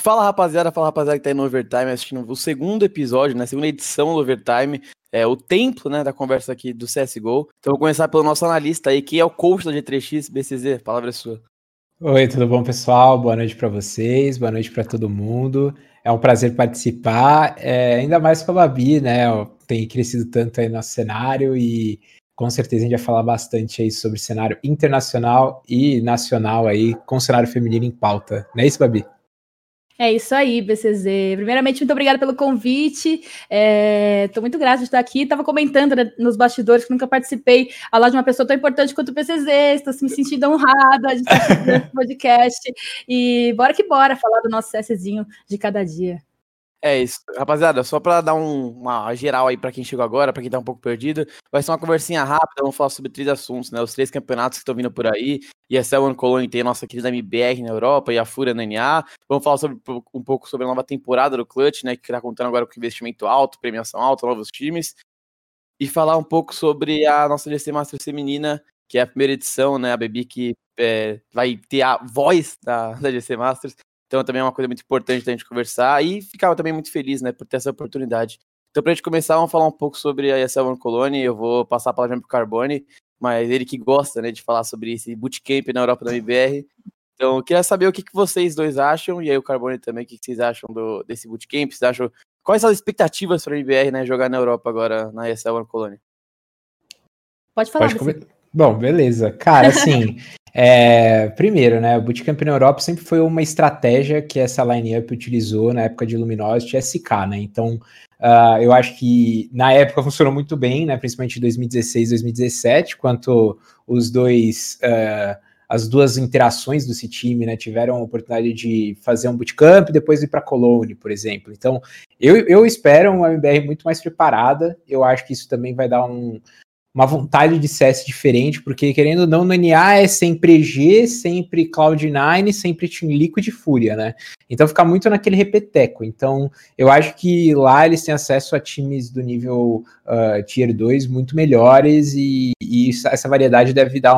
Fala rapaziada que tá aí no Overtime assistindo o segundo episódio, né, segunda edição do Overtime, o templo, né, da conversa aqui do CSGO. Então vou começar pelo nosso analista aí, que é o coach da G3X, BCZ, a palavra é sua. Oi, tudo bom, pessoal? Boa noite para vocês, boa noite para todo mundo. É um prazer participar, ainda mais com a Babi, né? Tem crescido tanto aí no nosso cenário e com certeza a gente vai falar bastante aí sobre cenário internacional e nacional aí, com o cenário feminino em pauta. Não é isso, Babi? É isso aí, BCZ. Primeiramente, muito obrigada pelo convite. Estou muito grata de estar aqui. Estava comentando, né, nos bastidores que nunca participei ao lado de uma pessoa tão importante quanto o BCZ. Estou me sentindo honrada de estar aqui nesse podcast. E bora que bora falar do nosso CSzinho de cada dia. É isso, rapaziada, só pra dar uma geral aí pra quem chegou agora, pra quem tá um pouco perdido, vai ser uma conversinha rápida, vamos falar sobre 3 assuntos, né, os 3 campeonatos que estão vindo por aí, e a One Colony tem a nossa querida MBR na Europa e a Fúria na NA, vamos falar um pouco sobre a nova temporada do Clutch, né, que tá contando agora com investimento alto, premiação alta, novos times, e falar um pouco sobre a nossa GC Masters feminina, que é a primeira edição, né, a Baby que vai ter a voz da GC Masters. Então também é uma coisa muito importante da gente conversar e ficava também muito feliz, né, por ter essa oportunidade. Então pra gente começar, vamos falar um pouco sobre a ESL One Colony. Eu vou passar a palavra pro Carbone, mas ele que gosta, né, de falar sobre esse bootcamp na Europa da MBR. Então eu queria saber o que vocês dois acham, e aí o Carbone também, o que vocês acham desse bootcamp, vocês acham, quais são as expectativas para a MBR, né, jogar na Europa agora na ESL One Colony? Pode falar, Bom, beleza. Cara, assim, primeiro, né, o Bootcamp na Europa sempre foi uma estratégia que essa line-up utilizou na época de Luminosity SK, né, então eu acho que na época funcionou muito bem, né, principalmente em 2016, 2017, quanto as duas interações desse time, né, tiveram a oportunidade de fazer um bootcamp e depois ir para Cologne, por exemplo. Então, eu espero uma MBR muito mais preparada, eu acho que isso também vai dar uma vontade de CS diferente, porque querendo ou não, no NA é sempre EG, sempre Cloud9, sempre Team Liquid e Fúria, né? Então fica muito naquele repeteco. Então eu acho que lá eles têm acesso a times do nível Tier 2 muito melhores e essa variedade deve dar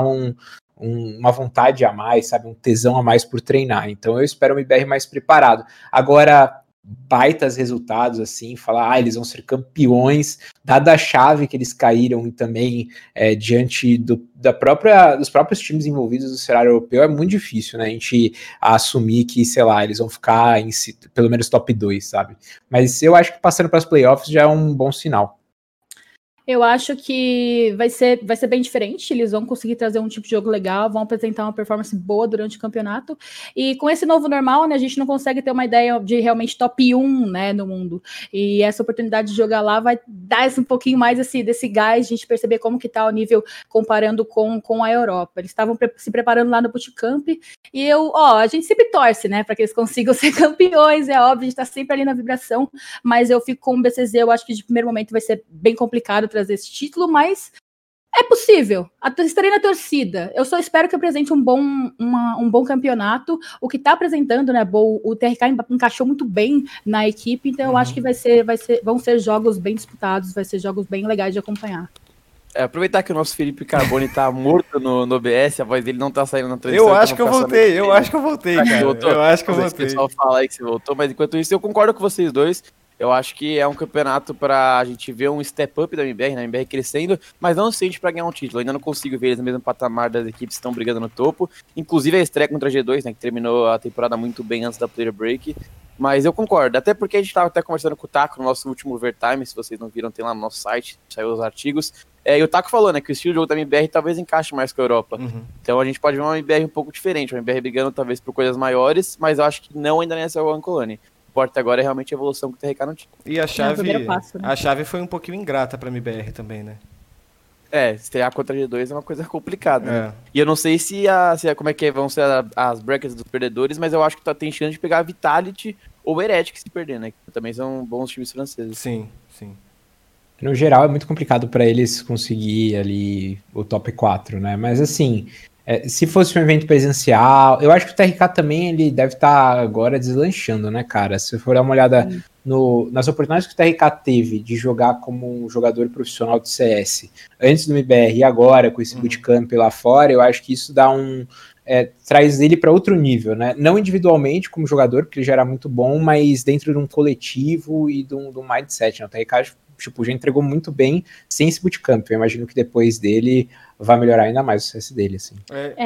uma vontade a mais, sabe? Um tesão a mais por treinar. Então eu espero um IBR mais preparado. Agora, baitas resultados, assim, falar, eles vão ser campeões, dada a chave que eles caíram e também diante dos próprios times envolvidos no cenário europeu, é muito difícil, né, a gente assumir que, sei lá, eles vão ficar em pelo menos top 2, sabe? Mas eu acho que passando para as playoffs já é um bom sinal. Eu acho que vai ser bem diferente, eles vão conseguir trazer um tipo de jogo legal, vão apresentar uma performance boa durante o campeonato, e com esse novo normal, né, a gente não consegue ter uma ideia de realmente top 1, né, no mundo, e essa oportunidade de jogar lá vai dar um pouquinho mais desse gás, a gente perceber como que tá o nível comparando com a Europa. Eles estavam se preparando lá no bootcamp, e a gente sempre torce, né, para que eles consigam ser campeões, é óbvio, a gente tá sempre ali na vibração, mas eu fico com o BCZ, eu acho que de primeiro momento vai ser bem complicado trazer esse título, mas é possível. Estarei na torcida. Eu só espero que apresente um bom campeonato. O que está apresentando, né, o TRK encaixou muito bem na equipe, então eu acho que vão ser jogos bem disputados, vai ser jogos bem legais de acompanhar. Aproveitar que o nosso Felipe Carbone tá morto no OBS, a voz dele não tá saindo na transmissão. Eu acho que eu voltei, cara. Eu acho que eu voltei. O pessoal fala aí que você voltou, mas enquanto isso eu concordo com vocês dois. Eu acho que é um campeonato pra gente ver um step up da MBR, né? A MBR crescendo, mas não sente pra ganhar um título. Eu ainda não consigo ver eles no mesmo patamar das equipes que estão brigando no topo. Inclusive a estreia contra a G2, né? Que terminou a temporada muito bem antes da Player Break. Mas eu concordo, até porque a gente tava até conversando com o Taco no nosso último Overtime, se vocês não viram, tem lá no nosso site, saiu os artigos. E o Taco falou, né, que o estilo de jogo da MBR talvez encaixe mais com a Europa. Então a gente pode ver uma MBR um pouco diferente, uma MBR brigando talvez por coisas maiores, mas eu acho que não ainda nessa One Colony. O que importa agora é realmente a evolução que o TRK não tinha. E a chave foi um pouquinho ingrata pra MBR também, né? Estrear contra a G2 é uma coisa complicada, né? E eu não sei como é que vão ser as brackets dos perdedores, mas eu acho que tem chance de pegar a Vitality ou o Heretic se perder, né? Que também são bons times franceses. Sim. No geral é muito complicado para eles conseguir ali o top 4, né? Mas assim, se fosse um evento presencial, eu acho que o TRK também ele deve estar agora deslanchando, né, cara? Se for dar uma olhada nas oportunidades que o TRK teve de jogar como um jogador profissional de CS antes do MBR e agora com esse bootcamp lá fora, eu acho que isso dá traz ele para outro nível, né? Não individualmente como jogador, porque ele já era muito bom, mas dentro de um coletivo e de um mindset, né? O TRK, tipo, já entregou muito bem sem esse bootcamp. Eu imagino que depois dele vai melhorar ainda mais o sucesso dele, assim.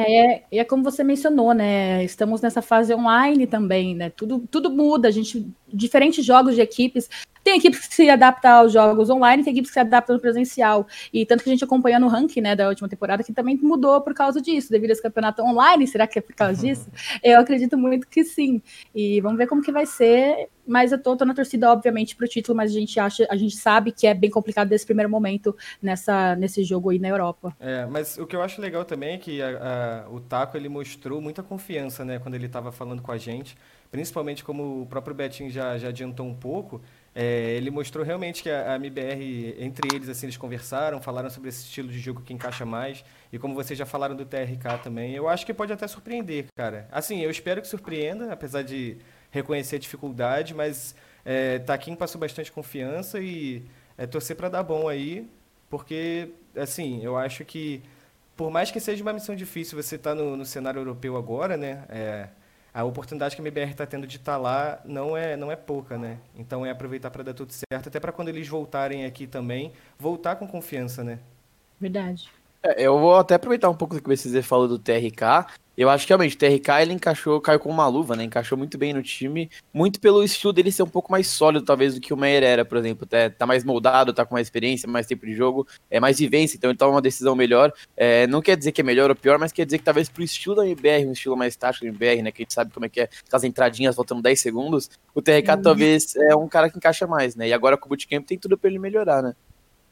É como você mencionou, né? Estamos nessa fase online também, né? Tudo muda, diferentes jogos de equipes. Tem equipes que se adaptam aos jogos online, tem equipes que se adaptam no presencial. E tanto que a gente acompanha no ranking, né, da última temporada, que também mudou por causa disso, devido a esse campeonato online. Será que é por causa disso? Eu acredito muito que sim. E vamos ver como que vai ser. Mas eu tô na torcida, obviamente, pro título, mas a gente sabe que é bem complicado desse primeiro momento nesse jogo aí na Europa. Mas o que eu acho legal também é que o Taco, ele mostrou muita confiança, né, quando ele estava falando com a gente, principalmente como o próprio Betinho já adiantou um pouco. Ele mostrou realmente que a MBR, entre eles, assim, eles conversaram, falaram sobre esse estilo de jogo que encaixa mais, e como vocês já falaram do TRK também, eu acho que pode até surpreender, cara. Assim, eu espero que surpreenda, apesar de reconhecer a dificuldade, mas Taquinho passou bastante confiança e torcer para dar bom aí, porque, assim, eu acho que, por mais que seja uma missão difícil, você tá no cenário europeu agora, né, a oportunidade que a MBR está tendo de estar lá não é pouca, né? Então é aproveitar para dar tudo certo, até para quando eles voltarem aqui também, voltar com confiança, né? Verdade. Eu vou até aproveitar um pouco do que você falou do TRK. Eu acho que realmente o TRK ele caiu com uma luva, né? Encaixou muito bem no time, muito pelo estilo dele ser um pouco mais sólido, talvez, do que o Meyer era, por exemplo. Tá mais moldado, tá com mais experiência, mais tempo de jogo, mais vivência, então ele toma uma decisão melhor. Não quer dizer que é melhor ou pior, mas quer dizer que talvez pro estilo da MBR, um estilo mais tático da MBR, né? Que a gente sabe como é que é as entradinhas faltando 10 segundos, o TRK talvez é um cara que encaixa mais, né? E agora com o Bootcamp tem tudo pra ele melhorar, né?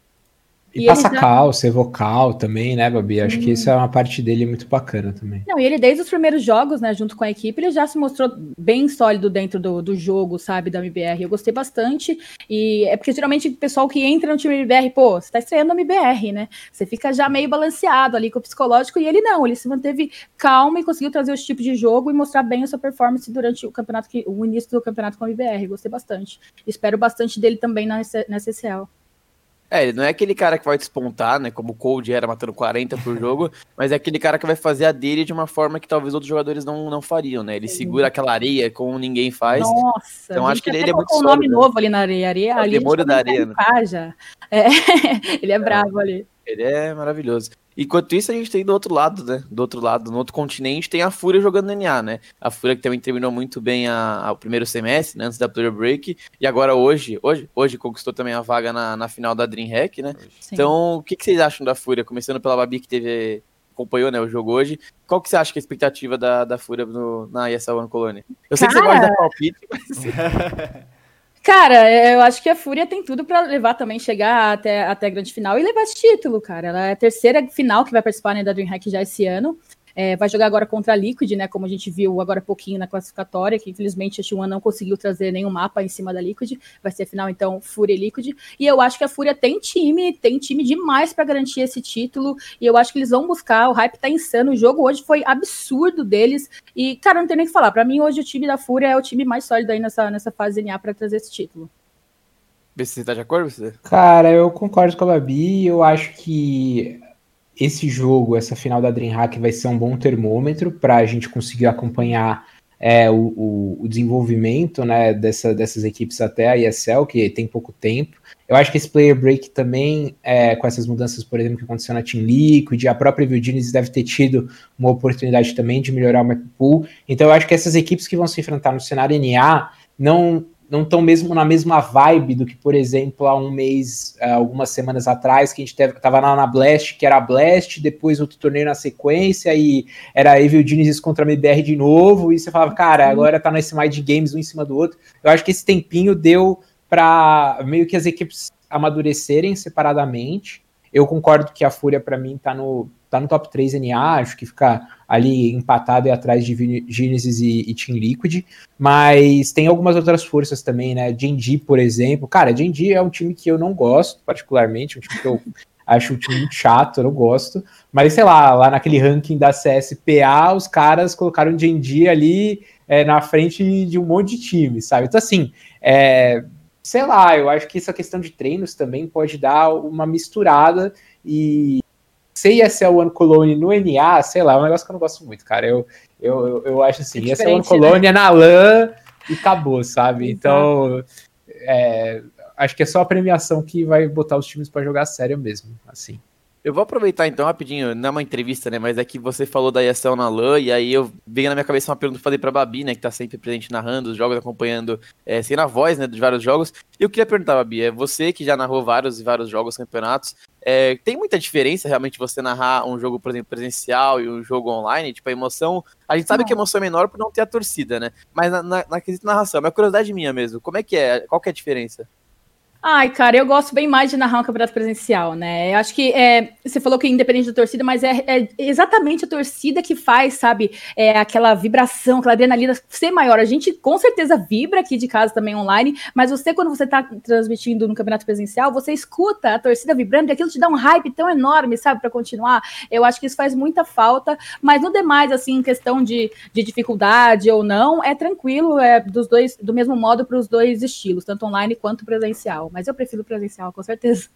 E passa cal, ser vocal também, né, Babi? Acho que isso é uma parte dele muito bacana também. Não, e ele desde os primeiros jogos, né, junto com a equipe, ele já se mostrou bem sólido dentro do jogo, sabe, da MBR. Eu gostei bastante, e é porque geralmente o pessoal que entra no time MBR, pô, você tá estreando no MBR, né? Você fica já meio balanceado ali com o psicológico, e ele não, ele se manteve calmo e conseguiu trazer os tipos de jogo e mostrar bem a sua performance durante o início do campeonato com a MBR. Gostei bastante. Espero bastante dele também na SSL. Ele não é aquele cara que vai despontar, né, como o Cold era matando 40 por jogo, mas é aquele cara que vai fazer a dele de uma forma que talvez outros jogadores não fariam, né? Ele segura aquela areia como ninguém faz. Nossa, então acho que ele é muito sólido. Um nome novo ali na areia. É o demônio da areia, né? Já. Ele é bravo ali. Ele é maravilhoso. Enquanto isso, a gente tem do outro lado, né? Do outro lado, no outro continente, tem a Fúria jogando NA, né? A Fúria que também terminou muito bem o primeiro semestre, né? Antes da Player Break. E agora hoje conquistou também a vaga na final da DreamHack, né? Sim. Então, o que vocês acham da Fúria? Começando pela Babi, que acompanhou, né, o jogo hoje. Qual que você acha que é a expectativa da Fúria na ESL One Colony? Eu sei que você gosta da palpite, mas... Cara, eu acho que a Fúria tem tudo para levar também, chegar até a grande final e levar esse título, cara. Ela é a terceira final que vai participar, né, da DreamHack já esse ano. Vai jogar agora contra a Liquid, né, como a gente viu agora há pouquinho na classificatória, que infelizmente a T1 não conseguiu trazer nenhum mapa em cima da Liquid. Vai ser a final, então, Fúria e Liquid. E eu acho que a Fúria tem time demais para garantir esse título, e eu acho que eles vão buscar, o hype tá insano, o jogo hoje foi absurdo deles, e, cara, não tem nem o que falar. Para mim, hoje o time da Fúria é o time mais sólido aí nessa fase NA para trazer esse título. Vê se você tá de acordo, você? Cara, eu concordo com a Babi, eu acho que esse jogo, essa final da DreamHack vai ser um bom termômetro para a gente conseguir acompanhar o desenvolvimento, né, dessas equipes até a ESL, que tem pouco tempo. Eu acho que esse Player Break também, com essas mudanças, por exemplo, que aconteceu na Team Liquid, a própria Evil Genius deve ter tido uma oportunidade também de melhorar o map pool. Então eu acho que essas equipes que vão se enfrentar no cenário NA não estão mesmo na mesma vibe do que, por exemplo, há um mês, algumas semanas atrás, que a gente estava na Blast, que era a Blast, depois outro torneio na sequência, e era a Evil Genius contra a MBR de novo, e você falava, cara, agora tá nesse Mind Games um em cima do outro. Eu acho que esse tempinho deu para meio que as equipes amadurecerem separadamente. Eu concordo que a Fúria, para mim, tá no top 3 NA, acho que fica ali empatado e atrás de Genesis e Team Liquid, mas tem algumas outras forças também, né? Gen.G, por exemplo. Cara, Gen.G é um time que eu não gosto, particularmente, um time que eu acho um time muito chato, eu não gosto, mas sei lá naquele ranking da CSPA, os caras colocaram Gen.G ali na frente de um monte de time, sabe? Então, assim, sei lá, eu acho que essa questão de treinos também pode dar uma misturada e ESL One Cologne no NA, sei lá, é um negócio que eu não gosto muito, cara. Eu acho assim, ESL One Cologne é na LAN e acabou, sabe? Então, acho que é só a premiação que vai botar os times pra jogar sério mesmo, assim. Eu vou aproveitar então rapidinho, não é uma entrevista, né, mas é que você falou da ESL na LAN, e aí eu veio na minha cabeça uma pergunta que eu falei pra Babi, né, que tá sempre presente narrando os jogos, acompanhando, sendo a voz, né, de vários jogos. E eu queria perguntar, Babi, você que já narrou vários jogos, campeonatos, tem muita diferença realmente você narrar um jogo, por exemplo, presencial e um jogo online? Tipo, a emoção, a gente sabe que a emoção é menor por não ter a torcida, né, mas na quesito narração, é uma curiosidade minha mesmo, como é que é, qual que é a diferença? Ai, cara, eu gosto bem mais de narrar um campeonato presencial, né? Eu acho que você falou que independente da torcida, mas é exatamente a torcida que faz, sabe? Aquela vibração, aquela adrenalina ser maior. A gente com certeza vibra aqui de casa também online, mas você, quando você tá transmitindo no campeonato presencial, você escuta a torcida vibrando e aquilo te dá um hype tão enorme, sabe? Pra continuar. Eu acho que isso faz muita falta, mas no demais, assim, em questão de dificuldade ou não, é tranquilo, do mesmo modo para os dois estilos, tanto online quanto presencial. Mas eu prefiro presencial, com certeza.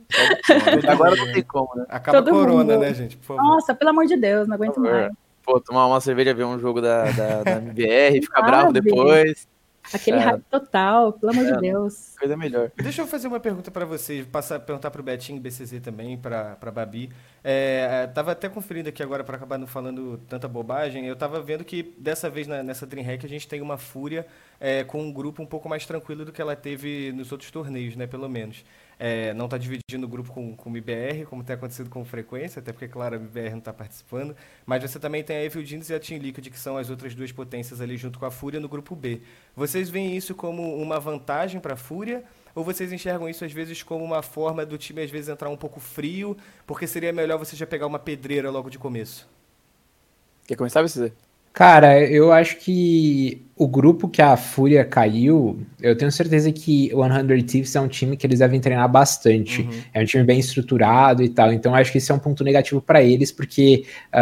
Agora não tem como, né? Acaba todo corona, mundo, né, gente? Por favor. Nossa, pelo amor de Deus, não aguento mais. Pô, tomar uma cerveja, ver um jogo da MBR, ficar bravo depois. Aquele hype total, pelo amor de Deus. Coisa melhor. Deixa eu fazer uma pergunta pra vocês, perguntar pro Betinho e BCZ também, pra Babi. Tava até conferindo aqui agora, pra acabar não falando tanta bobagem, eu tava vendo que dessa vez nessa DreamHack a gente tem uma Fúria com um grupo um pouco mais tranquilo do que ela teve nos outros torneios, né, pelo menos. Não está dividindo o grupo com o MBR, como tem acontecido com frequência, até porque, claro, a MBR não está participando, mas você também tem a Evil Genius e a Team Liquid, que são as outras duas potências ali junto com a Fúria no grupo B. Vocês veem isso como uma vantagem para a Fúria, ou vocês enxergam isso às vezes como uma forma do time às vezes entrar um pouco frio, porque seria melhor você já pegar uma pedreira logo de começo? Quer começar, BCZ? Cara, eu acho que o grupo que a Fúria caiu, eu tenho certeza que o 100 Thieves é um time que eles devem treinar bastante. Uhum. É um time bem estruturado e tal. Então, acho que isso é um ponto negativo para eles, porque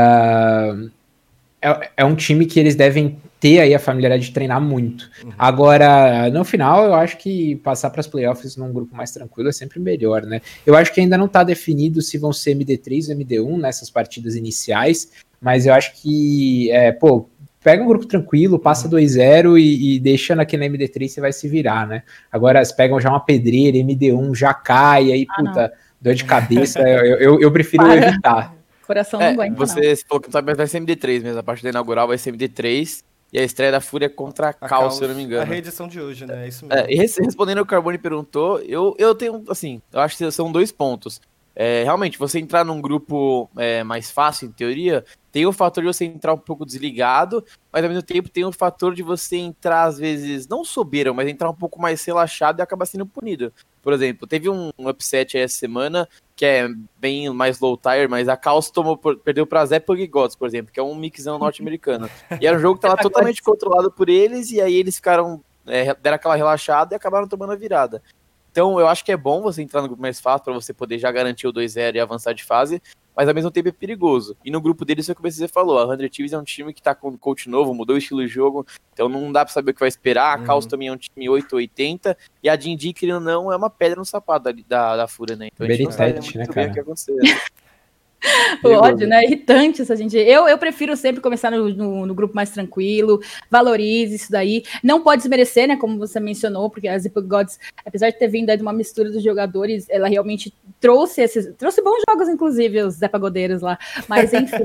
é um time que eles devem ter aí a familiaridade de treinar muito. Uhum. Agora, no final, eu acho que passar para as playoffs num grupo mais tranquilo é sempre melhor, né? Eu acho que ainda não está definido se vão ser MD3 ou MD1 nessas partidas iniciais, mas eu acho que, pega um grupo tranquilo, passa 2-0 e deixa aqui na MD3 você vai se virar, né? Agora, se pegam já uma pedreira, MD1 já cai, aí, dor de cabeça, eu prefiro evitar. Coração não aguenta, você falou que vai ser MD3 mesmo, a partida inaugural vai ser MD3, e a estreia da Fúria contra a Cal, se eu não me engano. A reedição de hoje, né? É isso mesmo. E respondendo o Carbone perguntou, eu tenho, assim, eu acho que são 2 pontos. Realmente, você entrar num grupo mais fácil, em teoria, tem o fator de você entrar um pouco desligado, mas ao mesmo tempo tem o fator de você entrar, às vezes, não soberbo, mas entrar um pouco mais relaxado e acabar sendo punido. Por exemplo, teve um upset aí essa semana, que é bem mais low tire, mas a Caos perdeu pra Zepug Gods, por exemplo, que é um mixão norte-americano. E era um jogo que estava totalmente controlado por eles, e aí eles ficaram, deram aquela relaxada e acabaram tomando a virada. Então, eu acho que é bom você entrar no grupo mais fácil para você poder já garantir o 2-0 e avançar de fase, mas ao mesmo tempo é perigoso. E no grupo deles, é o que você falou, a 100 Thieves é um time que tá com um coach novo, mudou o estilo de jogo, então não dá para saber o que vai esperar. A Caos também é um time 8-80, e a Dindi, querendo ou não, é uma pedra no sapato da Fúria, né? Então a gente não sabe muito bem o que acontecer, né? O ódio, né? Irritante essa gente. Eu prefiro sempre começar no grupo mais tranquilo, valorize isso daí. Não pode desmerecer, né? Como você mencionou, porque a Zippo Gods, apesar de ter vindo aí de uma mistura dos jogadores, ela realmente trouxe bons jogos, inclusive, os Zé Pagodeiros lá. Mas, enfim,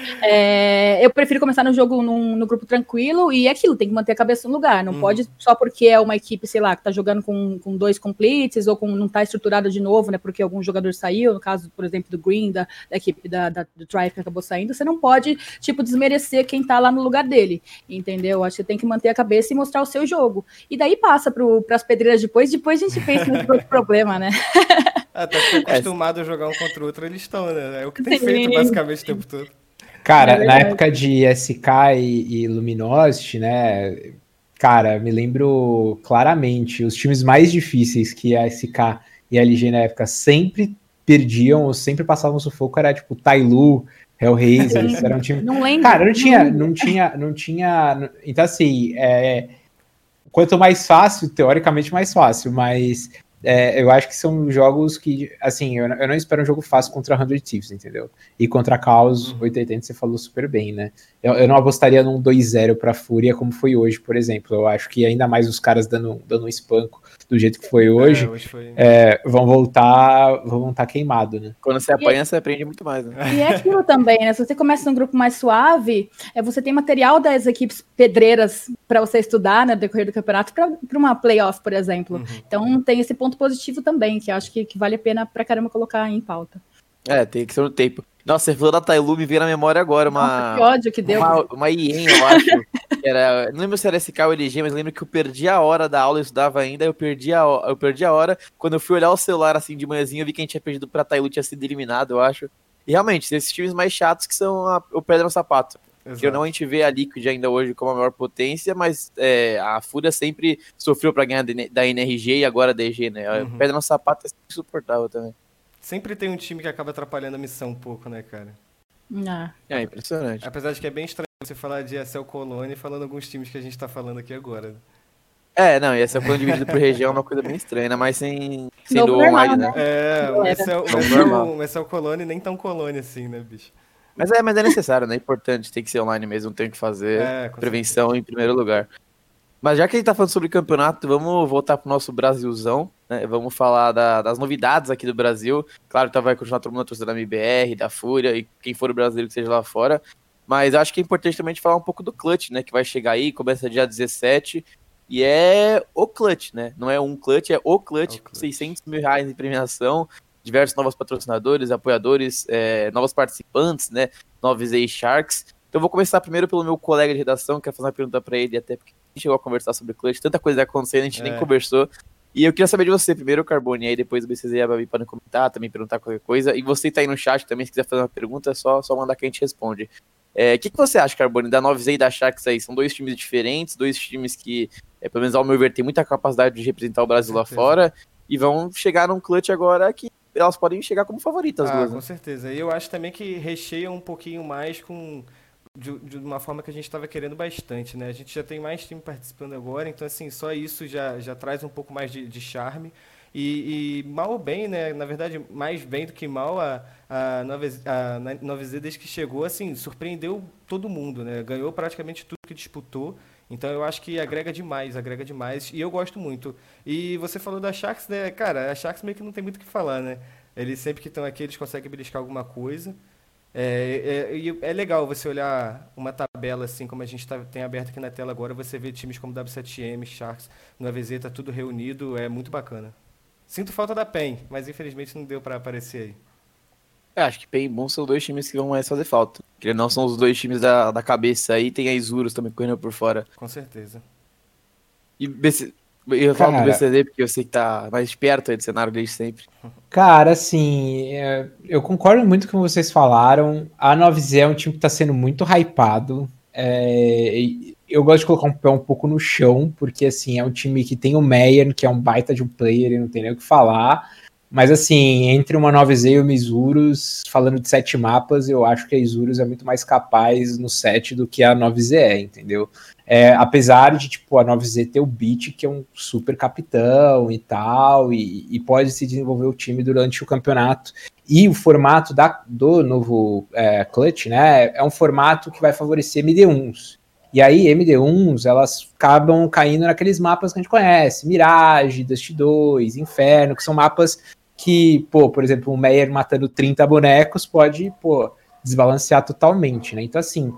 eu prefiro começar no jogo no grupo tranquilo, e é aquilo, tem que manter a cabeça no lugar. Não pode, só porque é uma equipe, sei lá, que tá jogando com 2 completes, ou não tá estruturada de novo, né? Porque algum jogador saiu, no caso, por exemplo, do Green, da equipe do Tribe que acabou saindo, você não pode, desmerecer quem tá lá no lugar dele, entendeu? Acho que tem que manter a cabeça e mostrar o seu jogo. E daí passa pras pedreiras depois a gente pensa no outro problema, né? Até que acostumado a jogar um contra o outro, eles estão, né? É o que tem feito basicamente o tempo todo. Cara, na época de SK e Luminosity, né? Cara, me lembro claramente, os times mais difíceis que a SK e a LG na época sempre perdiam ou sempre passavam sufoco, era tipo Tailu, Hellraiser, era um time... Não lembro. Cara, não tinha... Então, assim, quanto mais fácil, teoricamente mais fácil, mas eu acho que são jogos que, assim, eu não espero um jogo fácil contra a 100 Thieves, entendeu? E contra a Chaos 880 você falou super bem, né? Eu não apostaria num 2-0 pra Fúria como foi hoje, por exemplo. Eu acho que ainda mais os caras dando um espanco do jeito que foi hoje, vão voltar queimado, né? Quando você apanha, você aprende muito mais, né? E é aquilo também, né? Se você começa num grupo mais suave, você tem material das equipes pedreiras para você estudar, né, no decorrer do campeonato, para uma playoff, por exemplo. Então tem esse ponto positivo também, que eu acho que vale a pena pra caramba colocar em pauta. Tem que ser no tempo. Nossa, você falou da Tailu, me veio na memória agora que ódio que deu. Uma IEM, eu acho. Não lembro se era SK ou LG, mas lembro que eu perdi a hora da aula, eu estudava ainda, eu perdi a hora. Quando eu fui olhar o celular assim de manhãzinha, eu vi que a gente tinha perdido pra Tailu, tinha sido eliminado, eu acho. E realmente, esses times mais chatos que são o pedra no sapato. Que não a gente vê a Liquid ainda hoje como a maior potência, mas a Fúria sempre sofreu pra ganhar da NRG e agora a DG, né? Pedra no sapato é insuportável também. Sempre tem um time que acaba atrapalhando a missão um pouco, né, cara? É impressionante. Apesar de que é bem estranho você falar de ESL Colônia falando alguns times que a gente tá falando aqui agora. Não, e esse plano dividido por região é uma coisa bem estranha, mas sendo normal, online, né? O ESL Colônia nem tão Colônia assim, né, bicho? Mas é necessário, né? É importante, tem que ser online mesmo, tem que fazer prevenção em primeiro lugar. Mas já que a gente tá falando sobre campeonato, vamos voltar pro nosso Brasilzão, né? Vamos falar das novidades aqui do Brasil. Claro que vai continuar todo mundo na torcida da MBR, da Fúria e quem for o brasileiro que seja lá fora. Mas acho que é importante também falar um pouco do Clutch, né? Que vai chegar aí, começa dia 17. E é o Clutch, né? Não é um Clutch, é o Clutch, com 600 mil reais em premiação. Diversos novos patrocinadores, apoiadores, novos participantes, né? Novos Sharks. Então eu vou começar primeiro pelo meu colega de redação, quero fazer uma pergunta para ele, até porque a gente chegou a conversar sobre Clutch, tanta coisa acontecendo, a gente nem conversou. E eu queria saber de você primeiro, Carbone, aí depois o BCZ e a Babi podem comentar, também perguntar qualquer coisa. E você tá aí no chat também, se quiser fazer uma pergunta, é só mandar que a gente responde. O que você acha, Carbone, da 9Z e da Sharks aí? São dois times diferentes, dois times que, pelo menos ao meu ver, tem muita capacidade de representar o Brasil lá fora, e vão chegar num Clutch agora que elas podem chegar como favoritas. Duas, com certeza. E eu acho também que recheia um pouquinho mais de uma forma que a gente estava querendo bastante, né? A gente já tem mais time participando agora, então assim, só isso já traz um pouco mais de charme. E mal ou bem, né? Na verdade, mais bem do que mal, a 9Z desde que chegou, assim, surpreendeu todo mundo, né? Ganhou praticamente tudo que disputou. Então eu acho que agrega demais, e eu gosto muito. E você falou da Sharks, né? Cara, a Sharks meio que não tem muito o que falar, né? Eles sempre que estão aqui, eles conseguem beliscar alguma coisa. É legal você olhar uma tabela assim, como a gente tem aberto aqui na tela agora, você vê times como W7M, Sharks, 9Z, tá tudo reunido, é muito bacana. Sinto falta da PEN, mas infelizmente não deu pra aparecer aí. Acho que PEN e Boom são dois times que vão mais fazer falta. Que não são os dois times da cabeça aí, tem a Isurus também correndo por fora. Com certeza. E eu falo do BCD porque eu sei que tá mais perto aí do cenário desde sempre. Cara, assim, eu concordo muito com o que vocês falaram. A 9Z é um time que tá sendo muito hypado. Eu gosto de colocar um pé um pouco no chão, porque assim, é um time que tem o Meyer, que é um baita de um player, e não tem nem o que falar. Mas assim, entre uma 9Z e o Isurus, falando de 7 mapas, eu acho que a Isurus é muito mais capaz no 7 do que a 9Z é, entendeu? Apesar de, tipo, a 9Z ter o Beat, que é um super capitão e tal, e pode se desenvolver o time durante o campeonato. E o formato do novo Clutch, né, é um formato que vai favorecer MD1s. E aí, MD1s, elas acabam caindo naqueles mapas que a gente conhece, Mirage, Dust 2, Inferno, que são mapas que, por exemplo, o Meyer matando 30 bonecos pode, desbalancear totalmente, né? Então, assim,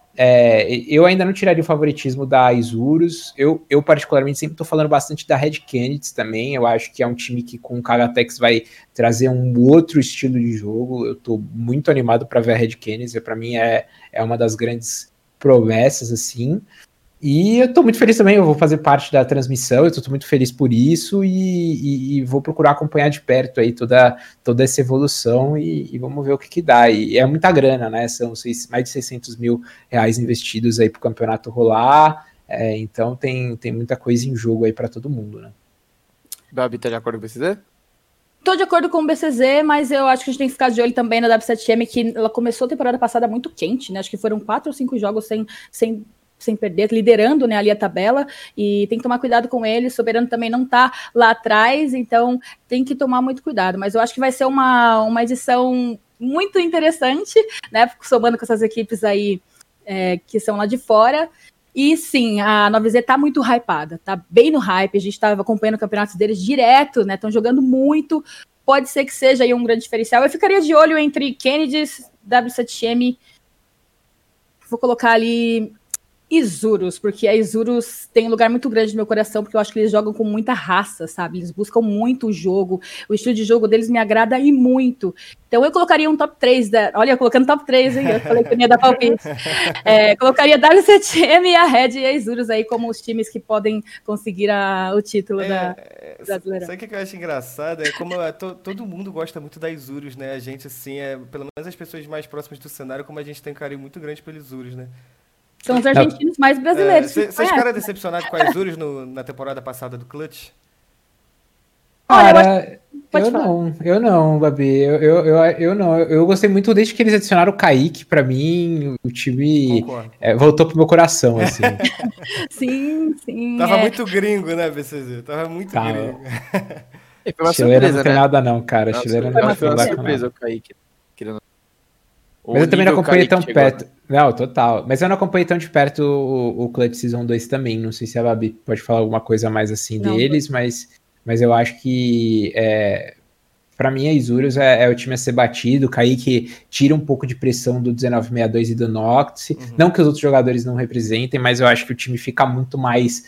eu ainda não tiraria o favoritismo da Isurus. Eu particularmente, sempre tô falando bastante da Red Canids também. Eu acho que é um time que, com o Kagatex, vai trazer um outro estilo de jogo. Eu tô muito animado para ver a Red Canids. Para mim, é uma das grandes promessas, assim, e eu tô muito feliz também, eu vou fazer parte da transmissão, eu tô muito feliz por isso, e vou procurar acompanhar de perto aí toda essa evolução, e vamos ver o que dá, e é muita grana, né, são mais de 600 mil reais investidos aí pro campeonato rolar, então tem muita coisa em jogo aí para todo mundo, né. Babi, tá de acordo com você? Tô de acordo com o BCZ, mas eu acho que a gente tem que ficar de olho também na W7M, que ela começou a temporada passada muito quente, né? Acho que foram 4 ou 5 jogos sem sem perder, liderando, né, ali a tabela, e tem que tomar cuidado com ele. O Soberano também não tá lá atrás, então tem que tomar muito cuidado. Mas eu acho que vai ser uma edição muito interessante, né, somando com essas equipes aí que são lá de fora. E sim, a 9Z tá muito hypada, tá bem no hype, a gente tava acompanhando campeonatos deles direto, né, estão jogando muito, pode ser que seja aí um grande diferencial. Eu ficaria de olho entre Kennedy, W7M, vou colocar ali Isurus, porque a Isurus tem um lugar muito grande no meu coração, porque eu acho que eles jogam com muita raça, sabe? Eles buscam muito o jogo, o estilo de jogo deles me agrada e muito. Então eu colocaria um top 3 olha, colocando top 3, hein? Eu falei que eu ia dar palpite. Colocaria a W7M, a Red e a Isurus aí como os times que podem conseguir o título da Brasileirão. Sabe o que eu acho engraçado? É como todo mundo gosta muito da Isurus, né? A gente, assim, pelo menos as pessoas mais próximas do cenário, como a gente tem um carinho muito grande pela Isurus, né? São os argentinos mais brasileiros. Vocês ficaram decepcionados com a Isurus na temporada passada do Clutch? Cara, eu não, Babi. Eu não. Eu gostei muito desde que eles adicionaram o Kaique. Pra mim, o time voltou pro meu coração, assim. Sim. Tava muito gringo, né, BCZ? Tava muito gringo. Foi uma Chileno surpresa, não tem né? nada não, cara. Chileno não foi uma surpresa o Kaique. Mas eu também não acompanhei tão perto. Não, total. Mas eu não acompanhei tão de perto o Clutch Season 2 também. Não sei se a Babi pode falar alguma coisa mais assim deles, mas eu acho que pra mim a Isurus é o time a ser batido. O Kaique tira um pouco de pressão do 1962 e do Nox. Não que os outros jogadores não representem, mas eu acho que o time fica muito mais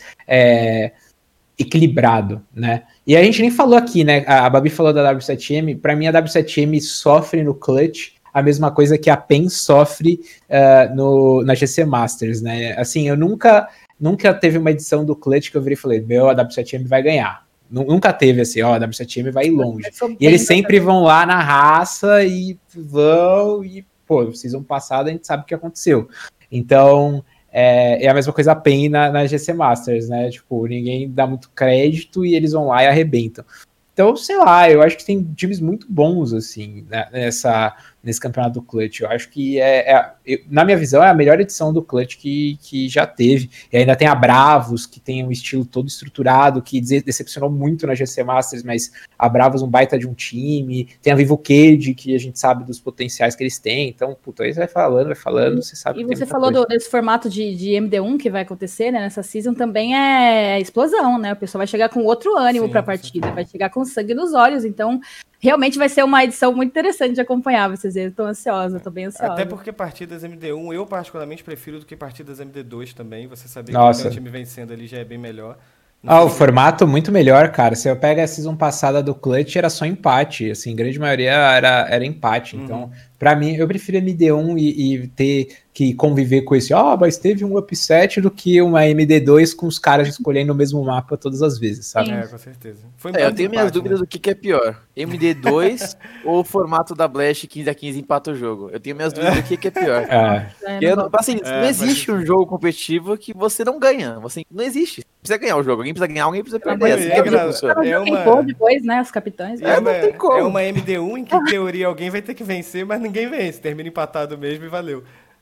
equilibrado, né? E a gente nem falou aqui, né? A Babi falou da W7M. Pra mim a W7M sofre no Clutch a mesma coisa que a PEN sofre na GC Masters, né? Assim, eu nunca teve uma edição do Clutch que eu virei e falei, a W7M vai ganhar. Nunca teve assim, a W7M vai ir longe. E eles sempre vão lá na raça e season passada a gente sabe o que aconteceu. Então, é a mesma coisa a PEN na GC Masters, né? Tipo, ninguém dá muito crédito e eles vão lá e arrebentam. Então, sei lá, eu acho que tem times muito bons, assim, né, nesse campeonato do Clutch. Eu acho que na minha visão, é a melhor edição do Clutch que já teve. E ainda tem a Bravos, que tem um estilo todo estruturado, que decepcionou muito na GC Masters, mas a Bravos um baita de um time. Tem a Vivo Cage, que a gente sabe dos potenciais que eles têm. Então, aí você vai falando, você sabe. E você falou desse formato de MD1 que vai acontecer, né, nessa season, também é explosão, né? O pessoal vai chegar com outro ânimo para a partida, vai chegar com sangue nos olhos, então realmente vai ser uma edição muito interessante de acompanhar, vocês verem. Eu tô ansiosa, tô bem ansiosa. Até porque partidas MD1 eu particularmente prefiro do que partidas MD2 também, você saber que o time vencendo ali já é bem melhor. O formato muito melhor, cara. Se eu pego a season passada do Clutch, era só empate, assim, grande maioria era empate, então pra mim, eu prefiro MD1 e ter que conviver com esse, mas teve um upset do que uma MD2 com os caras escolhendo o mesmo mapa todas as vezes, sabe? Com certeza. Eu tenho minhas dúvidas do que é pior, MD2 ou o formato da Blast 15-15 empata o jogo. Eu tenho minhas dúvidas do que é pior. Não existe um jogo competitivo que você não ganha, não existe. Precisa ganhar o jogo, alguém precisa ganhar, alguém precisa perder. Depois, né, os capitães. Não tem como. É uma MD1 em que, em teoria, alguém vai ter que vencer, mas ninguém vence. Termina empatado mesmo e valeu.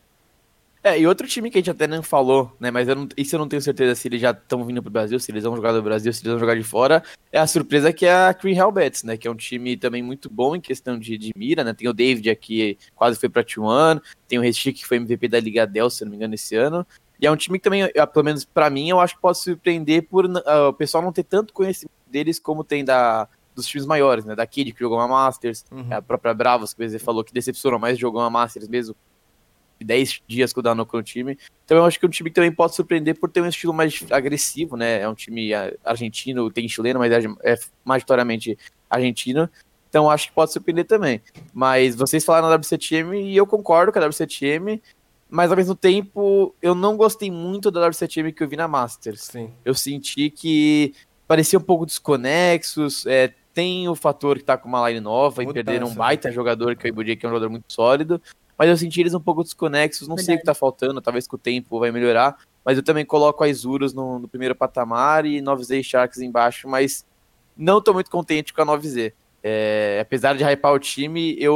E outro time que a gente até não falou, né, mas isso eu não tenho certeza se eles já estão vindo pro Brasil, se eles vão jogar no Brasil, se eles vão jogar de fora, é a surpresa que é a Green Hellbats, né, que é um time também muito bom em questão de mira, né, tem o David aqui, quase foi pra T1, tem o Restic, que foi MVP da Liga Dell, se eu não me engano, esse ano, e é um time que também, pelo menos pra mim, eu acho que pode surpreender por o pessoal não ter tanto conhecimento deles como tem dos times maiores, né, da Kid, que jogou uma Masters, a própria Bravos, que você falou que decepcionou mais, jogou uma Masters mesmo, 10 dias com o Danoco no time. Então eu acho que é um time que também pode surpreender por ter um estilo mais agressivo, né? É um time argentino, tem chileno, mas é majoritariamente argentino. Então acho que pode surpreender também. Mas vocês falaram da W7M e eu concordo com a W7M, mas ao mesmo tempo eu não gostei muito da W7M que eu vi na Masters. Sim. Eu senti que parecia um pouco desconexos, tem o fator que tá com uma line nova e perderam um baita jogador, que é o Ibuji, que é um jogador muito sólido, mas eu senti eles um pouco desconexos, não sei o que tá faltando, talvez com o tempo vai melhorar, mas eu também coloco a Isurus no primeiro patamar e 9Z e Sharks embaixo, mas não tô muito contente com a 9Z. Apesar de hypar o time, eu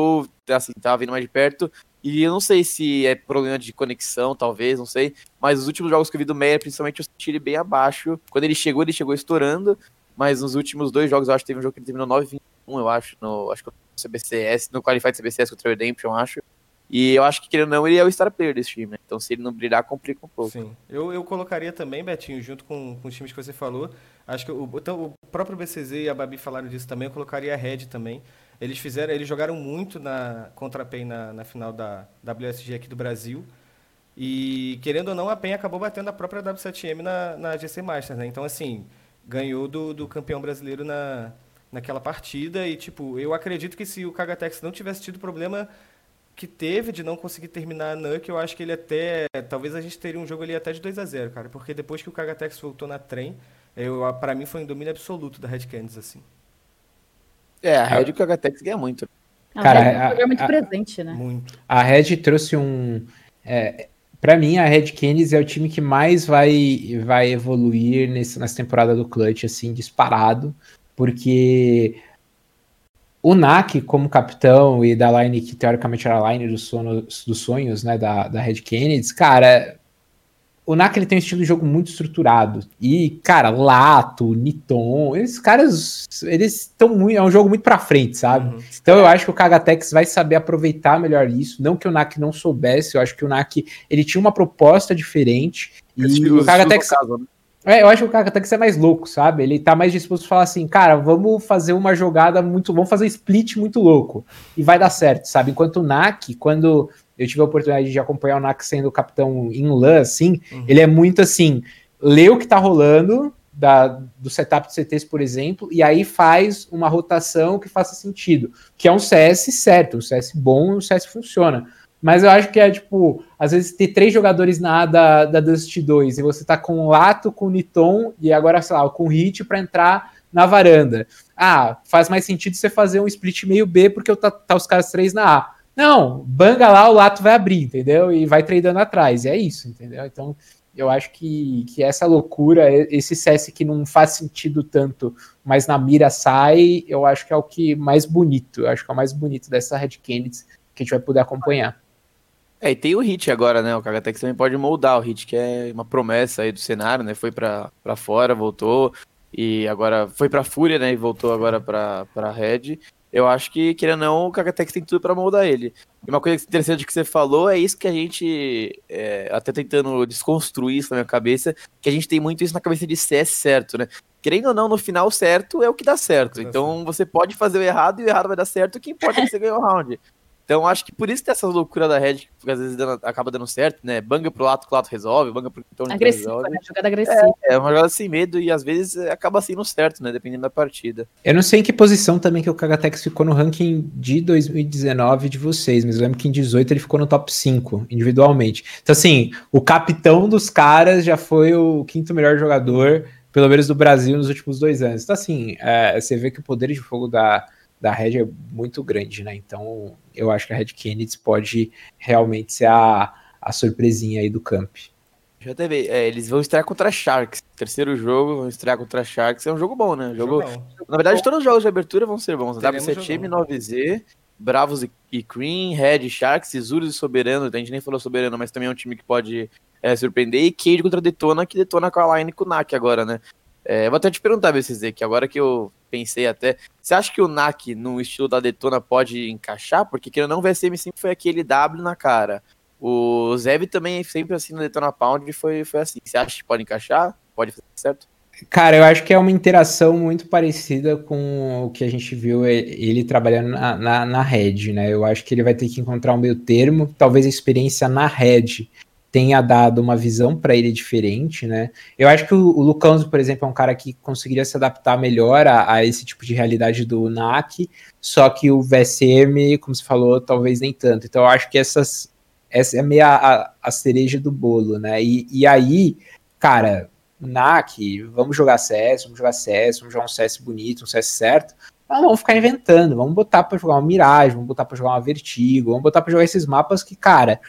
assim, tava vindo mais de perto. E eu não sei se é problema de conexão, talvez, não sei. Mas os últimos jogos que eu vi do Meyer, principalmente, eu senti ele bem abaixo. Quando ele chegou estourando. Mas nos últimos 2 jogos, eu acho que teve um jogo que ele terminou 9-21, eu acho. Acho que no CBCS, no Qualified CBCS contra o Redemption, eu acho. E eu acho que, querendo ou não, ele é o star player desse time, né? Então, se ele não brilhar, complica um pouco. Sim. Eu colocaria também, Betinho, junto com os times que você falou. Acho que o próprio BCZ e a Babi falaram disso também. Eu colocaria a Red também. Eles jogaram muito contra a PEN na final da WSG aqui do Brasil. E, querendo ou não, a PEN acabou batendo a própria W7M na GC Masters, né? Então, assim, ganhou do campeão brasileiro naquela partida. E, tipo, eu acredito que se o Kagatex não tivesse tido problema que teve de não conseguir terminar a NUC, eu acho que ele talvez a gente teria um jogo ali até de 2-0, cara. Porque depois que o Kagatex voltou na trem, pra mim foi um domínio absoluto da Red Canids, assim. A Red e o Kagatex ganha muito. Cara, a Red é muito presente, né? Muito. A Red trouxe pra mim, a Red Canids é o time que mais vai evoluir nessa temporada do Clutch, assim, disparado. Porque o NAC, como capitão e da line que teoricamente era a line dos sonhos, né, da Red Canids, cara, o NAC ele tem um estilo de jogo muito estruturado. E, cara, Lato, Niton, esses caras, eles estão muito. É um jogo muito pra frente, sabe? Uhum. Então eu acho que o Kagatex vai saber aproveitar melhor isso. Não que o NAC não soubesse, eu acho que o NAC ele tinha uma proposta diferente. E o Kagatex. Eu acho que o Kagatex é mais louco, sabe? Ele tá mais disposto a falar assim, cara, vamos fazer uma jogada vamos fazer um split muito louco. E vai dar certo, sabe? Enquanto o NAC, quando eu tive a oportunidade de acompanhar o NAC sendo capitão em LAN, assim, ele é muito assim, lê o que tá rolando do setup de CTs, por exemplo, e aí faz uma rotação que faça sentido. Que é um CS certo, um CS bom e um CS funciona. Mas eu acho que é, tipo, às vezes ter 3 jogadores na A da Dust 2 e você tá com o Lato, com o Niton e agora, sei lá, com o Hit pra entrar na varanda. Faz mais sentido você fazer um split meio B porque tá os caras 3 na A. Não, banga lá, o Lato vai abrir, entendeu? E vai tradando atrás, e é isso, entendeu? Então, eu acho que essa loucura, esse CS que não faz sentido tanto, mas na mira sai, eu acho que é o que mais bonito, eu acho que é o mais bonito dessa Red Canids que a gente vai poder acompanhar. E tem o Hit agora, né? O Kagatex também pode moldar o Hit, que é uma promessa aí do cenário, né? Foi pra fora, voltou, e agora foi pra Fúria, né? E voltou agora pra Red. Eu acho que, querendo ou não, o Kagatex tem tudo pra moldar ele. E uma coisa interessante que você falou é isso que a gente, até tentando desconstruir isso na minha cabeça, que a gente tem muito isso na cabeça de CS certo, né? Querendo ou não, no final certo é o que dá certo. Então você pode fazer o errado e o errado vai dar certo, o que importa é que você ganhou o round. Então acho que por isso tem essa loucura da Red, que às vezes acaba dando certo, né? Banga pro lado que o lado resolve, banga pro então agressiva, né? Jogada agressiva. É uma jogada sem medo e às vezes acaba sendo certo, né? Dependendo da partida. Eu não sei em que posição também que o Kagatex ficou no ranking de 2019 de vocês, mas eu lembro que em 18 ele ficou no top 5, individualmente. Então assim, o capitão dos caras já foi o 5º melhor jogador, pelo menos do Brasil, nos últimos 2 anos. Então assim, você vê que o poder de fogo da Red é muito grande, né? Então eu acho que a Red Canids pode realmente ser a surpresinha aí do camp. Já teve, eles vão estrear contra a Sharks. Terceiro jogo, vão estrear contra a Sharks. É um jogo bom, né? Na verdade, todos os jogos de abertura vão ser bons. W7M, 9Z, Bravos e Cream, Red, Sharks, Isurus e Soberano. A gente nem falou Soberano, mas também é um time que pode surpreender. E Cade contra Detona, que Detona com a line com o NAC agora, né? Vou até te perguntar, BCZ, que agora que eu pensei até, você acha que o NAC, no estilo da Detona, pode encaixar? Porque, querendo ou não, o VSM sempre foi aquele W na cara. O Zev também, sempre assim, no Detona Pound, foi assim. Você acha que pode encaixar? Pode fazer certo? Cara, eu acho que é uma interação muito parecida com o que a gente viu ele trabalhando na Red, né? Eu acho que ele vai ter que encontrar um meio termo, talvez a experiência na Red tenha dado uma visão para ele diferente, né? Eu acho que o Lucãozo, por exemplo, é um cara que conseguiria se adaptar melhor a esse tipo de realidade do NAC, só que o VSM, como você falou, talvez nem tanto. Então eu acho que essa é meio a cereja do bolo, né? E aí, cara, NAC, vamos jogar CS, vamos jogar um CS bonito, um CS certo. Mas não vamos ficar inventando, vamos botar pra jogar uma Mirage, vamos botar pra jogar uma Vertigo, vamos botar pra jogar esses mapas que, cara,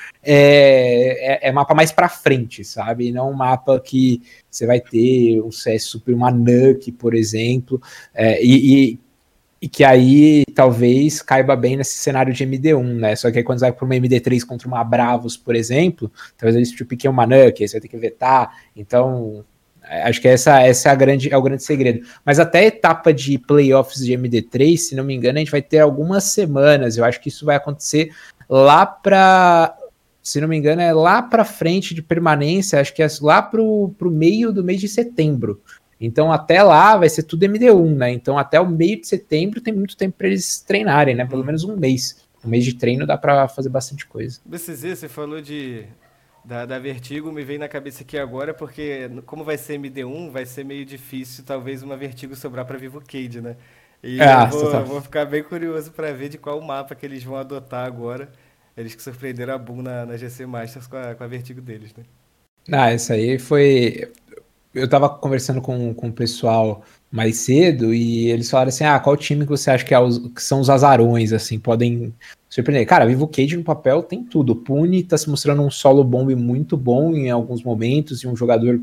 é mapa mais pra frente, sabe? E não um mapa que você vai ter um CS super, uma NUC, por exemplo, e E que aí talvez caiba bem nesse cenário de MD1, né? Só que aí quando vai para uma MD3 contra uma Bravos, por exemplo, talvez eles te piquem uma Nuke, aí você vai ter que vetar. Então, acho que essa é o grande segredo. Mas até a etapa de playoffs de MD3, se não me engano, a gente vai ter algumas semanas. Eu acho que isso vai acontecer lá para... Se não me engano, é lá para frente de permanência, acho que é lá pro meio do mês de setembro. Então, até lá vai ser tudo MD1, né? Então, até o meio de setembro tem muito tempo para eles treinarem, né? Pelo menos um mês. Um mês de treino dá para fazer bastante coisa. BCZ, você falou da Vertigo, me veio na cabeça aqui agora, porque como vai ser MD1, vai ser meio difícil talvez uma Vertigo sobrar para Vivo Cage, né? E eu vou ficar bem curioso para ver de qual mapa que eles vão adotar agora. Eles que surpreenderam a Boom na GC Masters com a Vertigo deles, né? Isso aí foi... Eu tava conversando com o pessoal mais cedo e eles falaram assim, qual time que você acha que são os azarões, assim, podem surpreender? Cara, Vivo Cage no papel tem tudo. O Puni tá se mostrando um solo bomb muito bom em alguns momentos e um jogador,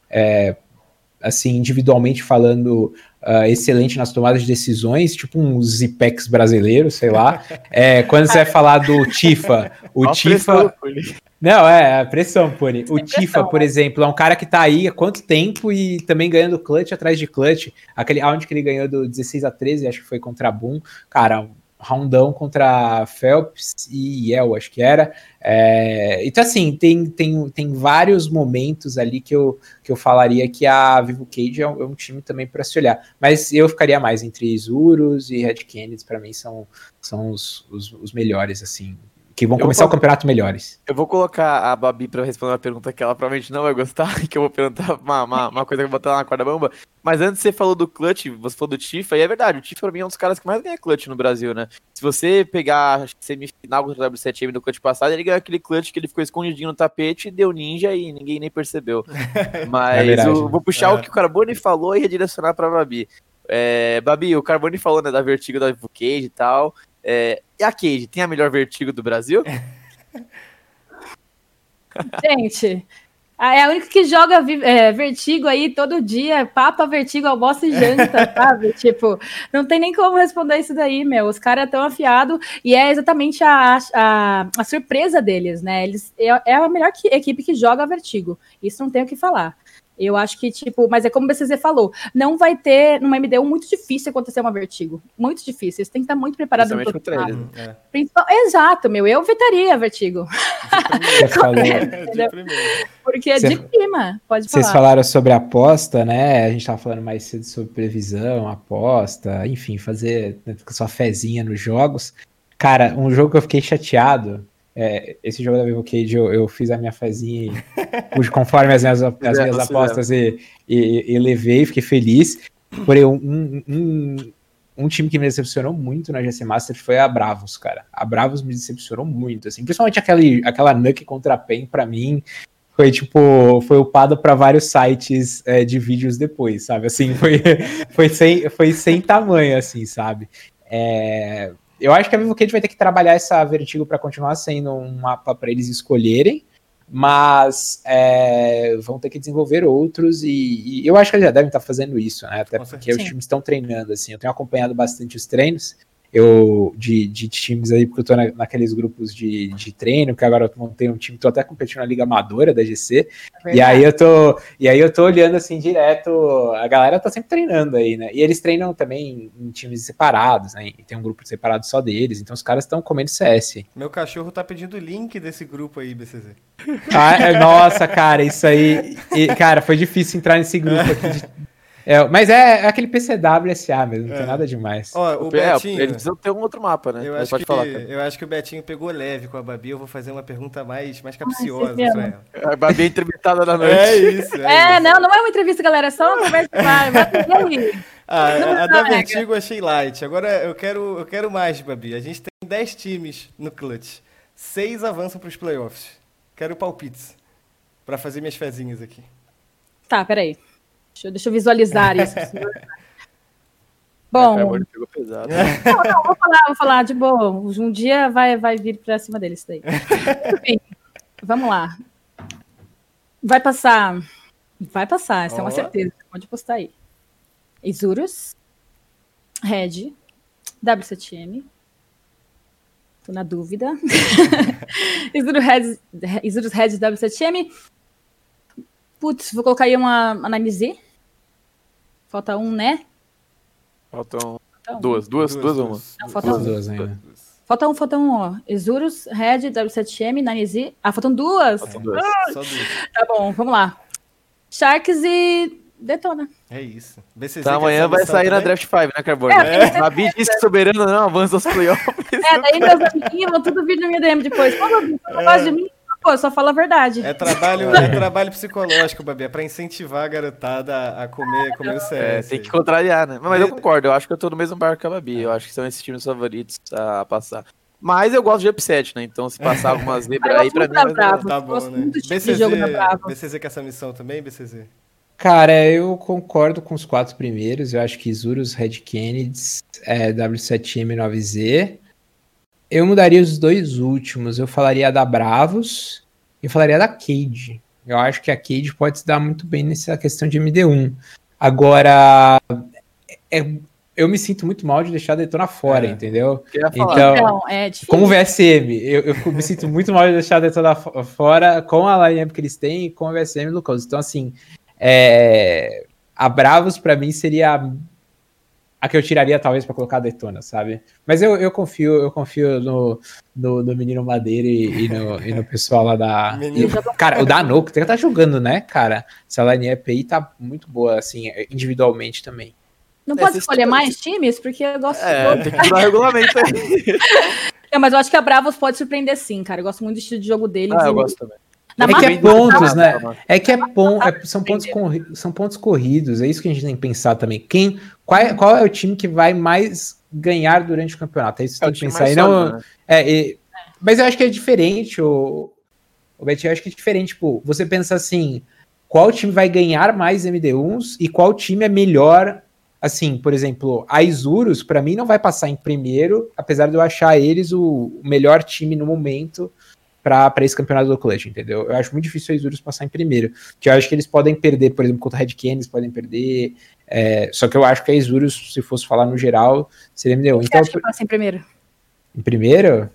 assim, individualmente falando, excelente nas tomadas de decisões, tipo um Zipex brasileiro, sei lá. Quando você vai falar do Tifa, o Tifa... Não, a pressão, Pony. O Tifa, por exemplo, é um cara que tá aí há quanto tempo e também ganhando clutch atrás de clutch. Aquele round que ele ganhou do 16-13, acho que foi contra a Boom. Cara, um roundão contra Phelps e Yel, acho que era. Então, assim, tem vários momentos ali que eu falaria que a Vivo Cage é um time também para se olhar. Mas eu ficaria mais entre Isurus e Red Canids, para mim são os melhores, assim, que vão começar o campeonato melhores. Eu vou colocar a Babi pra responder uma pergunta que ela provavelmente não vai gostar, que eu vou perguntar uma coisa que eu vou botar lá na corda bamba. Mas antes você falou do clutch, você falou do Tifa, e é verdade, o Tifa pra mim é um dos caras que mais ganha clutch no Brasil, né? Se você pegar a semifinal contra o W7M do clutch passado, ele ganhou aquele clutch que ele ficou escondidinho no tapete, deu ninja e ninguém nem percebeu. Mas vou puxar o que o Carbone falou e redirecionar pra Babi. Babi, o Carbone falou, né, da Vertigo da Vivo Cage e tal. E a Cage, tem a melhor Vertigo do Brasil? Gente, é a única que joga Vertigo aí todo dia, papa Vertigo, almoço e janta, sabe? Tipo, não tem nem como responder isso daí, meu. Os caras estão afiados e é exatamente a surpresa deles, né? É a melhor equipe que joga Vertigo. Isso não tem o que falar. Eu acho que, tipo, mas é como o BCZ falou, não vai ter, numa MD1, muito difícil acontecer uma Vertigo. Muito difícil. Você tem que estar muito preparado no todo lado. Exato, meu. Eu vetaria a Vertigo. Porque é de clima, pode falar. Vocês falaram sobre aposta, né? A gente tava falando mais cedo sobre previsão, aposta, enfim, fazer sua fezinha nos jogos. Cara, um jogo que eu fiquei chateado... esse jogo da Vivo Cage eu fiz a minha fezinha e conforme as minhas apostas e levei, fiquei feliz. Porém, um time que me decepcionou muito na GC Masters foi a Bravos, cara. A Bravos me decepcionou muito, assim, principalmente aquela Nuke contra a PEN, pra mim, foi upado para vários sites de vídeos depois, sabe? Assim, foi sem tamanho, assim, sabe? Eu acho que a Vivo Cage vai ter que trabalhar essa Vertigo para continuar sendo um mapa para eles escolherem, mas vão ter que desenvolver outros e eu acho que eles já devem estar fazendo isso, né? Até porque os times estão treinando, assim. Eu tenho acompanhado bastante os treinos de times aí, porque eu tô naqueles grupos de treino, que agora eu montei um time, tô até competindo na Liga Amadora da GC, e aí eu tô olhando assim direto, a galera tá sempre treinando aí, né? E eles treinam também em times separados, né? E tem um grupo separado só deles, então os caras estão comendo CS. Meu cachorro tá pedindo o link desse grupo aí, BCZ. Nossa, cara, isso aí... cara, foi difícil entrar nesse grupo aqui mas é aquele PCW SA mesmo, não tem nada demais. O Betinho, eles precisam ter um outro mapa, né? Eu acho que o Betinho pegou leve com a Babi, eu vou fazer uma pergunta mais capciosa pra ela. A Babi é entrevistada da noite. É isso. Não é uma entrevista, galera, é só uma conversa. A da Vertigo eu achei light. Agora eu quero mais, Babi. A gente tem 10 times no clutch. 6 avançam pros playoffs. Quero palpites pra fazer minhas fezinhas aqui. Tá, peraí. Deixa eu visualizar isso. Bom. Pegou pesado. Não, vou falar de boa. Um dia vai vir pra cima dele isso daí. Enfim, vamos lá. Vai passar, essa é uma certeza. Pode postar aí. Isurus, Red, W7M. Tô na dúvida. Isurus Red W7M. Putz, vou colocar aí uma Nanize. Falta um, né? Faltam duas, uma. Não, falta um. Duas ainda. Falta um, ó. Isurus Red W7M, Nanize. Ah, faltam duas. Faltam duas. Só duas. Tá bom, vamos lá. Sharks e Detona. É isso. BCZ Então amanhã vai sair na Draft 5, né, Carbone? Babi disse que Soberano não avança aos playoffs. Daí meus amiguinhos vão tudo vir no meu DM depois. Pô, Babi, você não gosta de mim? Pô, só fala a verdade. É trabalho psicológico, Babi. É pra incentivar a garotada a comer o CS. Tem que contrariar, né? Mas eu concordo, eu acho que eu tô no mesmo barco que a Babi. Eu acho que são esses times favoritos a passar. Mas eu gosto de upset, né? Então se passar algumas zebras aí pra mim... Tá bom, né? BCZ quer essa missão também, BCZ? Cara, eu concordo com os 4 primeiros. Eu acho que Isurus, Red Kennedys, W7M e 9Z. Eu mudaria os 2 últimos. Eu falaria da Bravos e falaria da Cade. Eu acho que a Cade pode se dar muito bem nessa questão de MD1. Agora, eu me sinto muito mal de deixar a Detona fora, entendeu? Então, como VSM, eu me sinto muito mal de deixar a Detona fora com a lineup que eles têm e com a VSM e Lucas. Então, assim, a Bravos pra mim seria a que eu tiraria talvez pra colocar a Detona, sabe? Mas eu confio no Menino Madeira e no pessoal lá da... Cara, o Danoco tá jogando, né, cara? Essa lineup aí tá muito boa, assim, individualmente também. Não pode escolher mais times? Porque eu gosto de... tem que mudar o regulamento aí. Mas eu acho que a Bravos pode surpreender sim, cara. Eu gosto muito do estilo de jogo deles. Eu gosto também. Que é pontos, né? São pontos corridos. É isso que a gente tem que pensar também. Qual é o time que vai mais ganhar durante o campeonato? É isso que tem que pensar. Mas eu acho que é diferente, o Betinho, eu acho que é diferente. Tipo, você pensa assim, qual time vai ganhar mais MD1s e qual time é melhor. Assim, por exemplo, a Isurus, pra mim, não vai passar em primeiro, apesar de eu achar eles o melhor time no momento para esse campeonato do Clutch, entendeu? Eu acho muito difícil a Isurus passar em primeiro, porque eu acho que eles podem perder, por exemplo, contra a Red Canids, podem perder, só que eu acho que a Isurus, se fosse falar no geral, seria MD1. Então, acha que passa em primeiro? Em primeiro?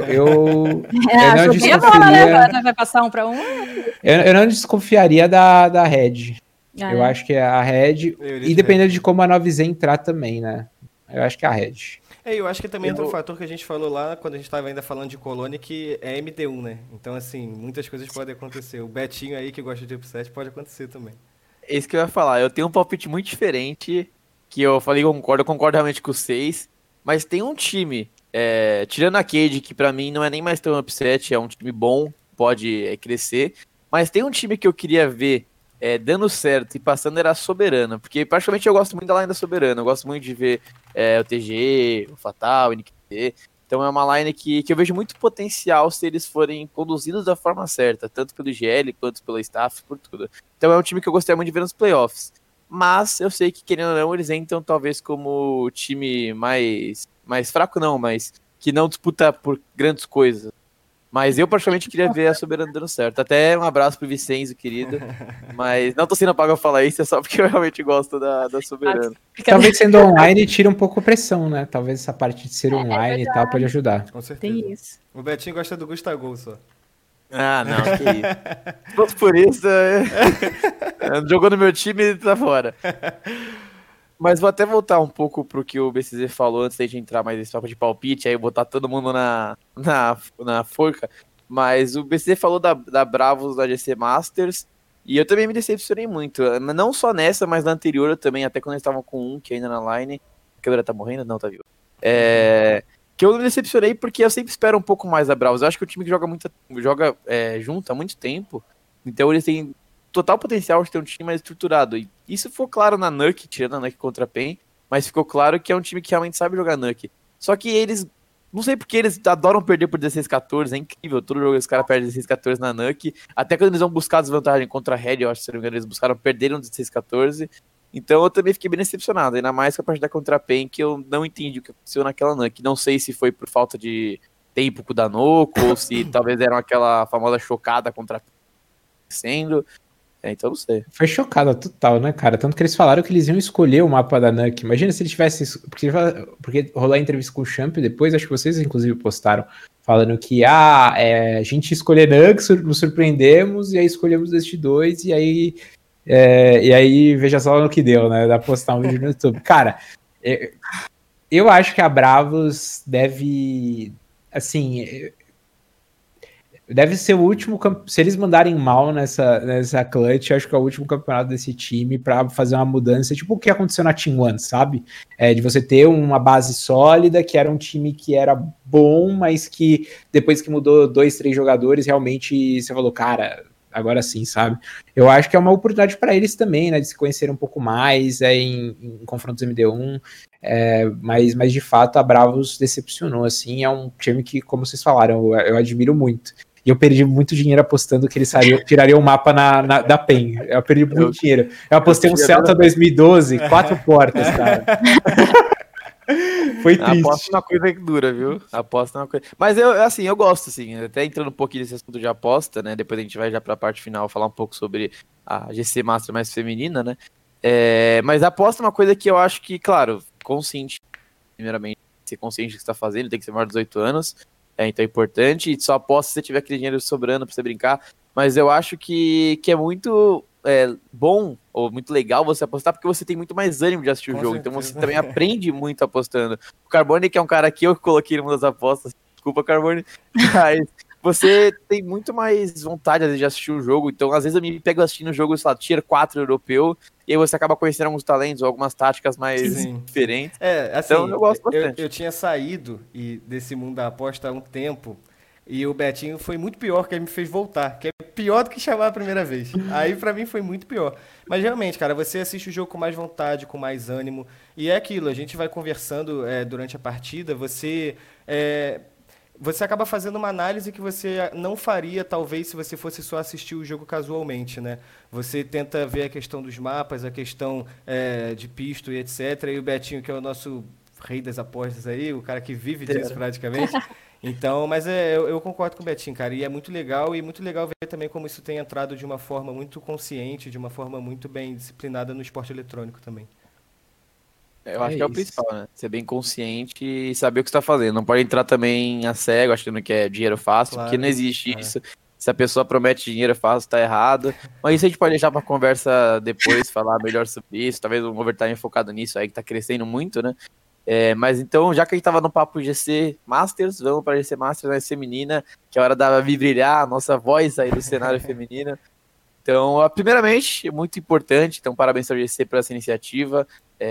Eu não desconfiaria... Vai passar 1 para 1? Eu não desconfiaria da Red. Eu acho que é a Red, e dependendo de como a 9Z entrar também, né? Eu acho que é a Red. Eu acho que também entra um fator que a gente falou lá, quando a gente estava ainda falando de Colônia, que é MD1, né? Então, assim, muitas coisas podem acontecer. O Betinho aí, que gosta de upset, pode acontecer também. É isso que eu ia falar. Eu tenho um palpite muito diferente, que eu falei eu concordo realmente com os 6, mas tem um time, tirando a Cade, que pra mim não é nem mais tão upset, é um time bom, pode crescer, mas tem um time que eu queria ver dando certo e passando, era a Soberana, porque praticamente eu gosto muito da line da Soberana, eu gosto muito de ver o TG, o Fatal, o NQT, então é uma line que eu vejo muito potencial se eles forem conduzidos da forma certa, tanto pelo IGL quanto pela staff, por tudo. Então é um time que eu gostaria muito de ver nos playoffs, mas eu sei que, querendo ou não, eles entram talvez como o time mais fraco não, mas que não disputa por grandes coisas. Mas eu praticamente queria ver a Soberana dando certo. Até um abraço pro Vicenzo, querido. Mas não tô sendo pago a falar isso, é só porque eu realmente gosto da Soberana. Talvez sendo online tira um pouco a pressão, né? Talvez essa parte de ser online e tal pode ajudar. Com certeza. Tem isso. O Betinho gosta do Gustavo só. Ah, não, que isso. Se fosse por isso, jogou no meu time e tá fora. Mas vou até voltar um pouco pro que o BCZ falou antes da gente entrar mais nesse papo de palpite, aí botar todo mundo na forca. Mas o BCZ falou da Bravos da GC Masters, e eu também me decepcionei muito. Não só nessa, mas na anterior eu também, até quando eles estavam com que ainda na line. A câmera tá morrendo? Não, tá viva. Que eu me decepcionei porque eu sempre espero um pouco mais da Bravos. Eu acho que o time que joga junto há muito tempo, então eles têm total potencial de ter um time mais estruturado. E isso ficou claro na Nuke, tirando a Nuke contra a PEN, mas ficou claro que é um time que realmente sabe jogar Nuke. Só que eles, não sei porque eles adoram perder por 16-14, é incrível, todo jogo os caras perdem 16-14 na Nuke, até quando eles vão buscar desvantagem contra a Red, eu acho que se não me engano, eles buscaram perder um 16-14, então eu também fiquei bem decepcionado, ainda mais com a partida contra a PEN, que eu não entendi o que aconteceu naquela Nuke, não sei se foi por falta de tempo com o Danoco, ou se talvez era aquela famosa chocada contra a PEN sendo... Então não sei. Foi chocada total, né, cara? Tanto que eles falaram que eles iam escolher o mapa da NUC. Imagina se eles tivessem... Porque rolou a entrevista com o Champ depois, acho que vocês inclusive postaram, falando que a gente escolheu NUC, nos surpreendemos, e aí escolhemos este 2, e aí veja só no que deu, né? Dá pra postar um vídeo no YouTube. Cara, eu acho que a Bravos deve... Assim... Deve ser o último... Se eles mandarem mal nessa clutch, eu acho que é o último campeonato desse time pra fazer uma mudança, tipo o que aconteceu na Team One, sabe? De você ter uma base sólida, que era um time que era bom, mas que depois que mudou 2, 3 jogadores, realmente você falou, cara, agora sim, sabe? Eu acho que é uma oportunidade pra eles também, né? De se conhecerem um pouco mais em confrontos MD1. Mas de fato a Bravos decepcionou, assim, é um time que, como vocês falaram, eu admiro muito. E eu perdi muito dinheiro apostando que eles tirariam o mapa da PEN. Eu perdi muito dinheiro. Eu apostei um Celta 2012, 4 portas, cara. Foi triste. Aposta é uma coisa que dura, viu? Aposta é uma coisa... Mas eu gosto, assim, até entrando um pouquinho nesse assunto de aposta, né? Depois a gente vai já pra parte final falar um pouco sobre a GC Master mais feminina, né? Mas a aposta é uma coisa que eu acho que, claro, consciente, primeiramente, ser consciente do que você tá fazendo, tem que ser maior de 18 anos. Então é importante, e só aposta se você tiver aquele dinheiro sobrando pra você brincar, mas eu acho que é muito bom, ou muito legal você apostar, porque você tem muito mais ânimo de assistir o jogo, então você também aprende muito apostando. O Carbone, que é um cara que eu coloquei numa das apostas, desculpa, Carbone, mas você tem muito mais vontade, às vezes, de assistir o jogo, então às vezes eu me pego assistindo o jogo, sei lá, Tier 4 europeu, e aí você acaba conhecendo alguns talentos, ou algumas táticas mais diferentes. Assim, então eu gosto bastante. Eu tinha saído desse mundo da aposta há um tempo, e o Betinho foi muito pior, que ele me fez voltar, que é pior do que chamar a primeira vez. Aí pra mim foi muito pior. Mas realmente, cara, você assiste o jogo com mais vontade, com mais ânimo, e é aquilo, a gente vai conversando durante a partida, você acaba fazendo uma análise que você não faria, talvez, se você fosse só assistir o jogo casualmente, né? Você tenta ver a questão dos mapas, a questão de pisto e etc. E o Betinho, que é o nosso rei das apostas aí, o cara que vive disso praticamente. Então, mas eu concordo com o Betinho, cara. E é muito legal ver também como isso tem entrado de uma forma muito consciente, de uma forma muito bem disciplinada no esporte eletrônico também. Eu acho que é o principal, né? Ser bem consciente e saber o que você tá fazendo. Não pode entrar também a cego, achando que é dinheiro fácil, porque não existe isso. Se a pessoa promete dinheiro fácil, tá errado. Mas isso a gente pode deixar pra conversa depois, falar melhor sobre isso. Talvez um overtime focado nisso aí, que tá crescendo muito, né? Mas então, já que a gente tava no papo GC Masters, vamos pra GC Masters mais feminina, que é hora da Vivi brilhar, a nossa voz aí do cenário feminino. Então, primeiramente, muito importante, então parabéns ao GC por essa iniciativa.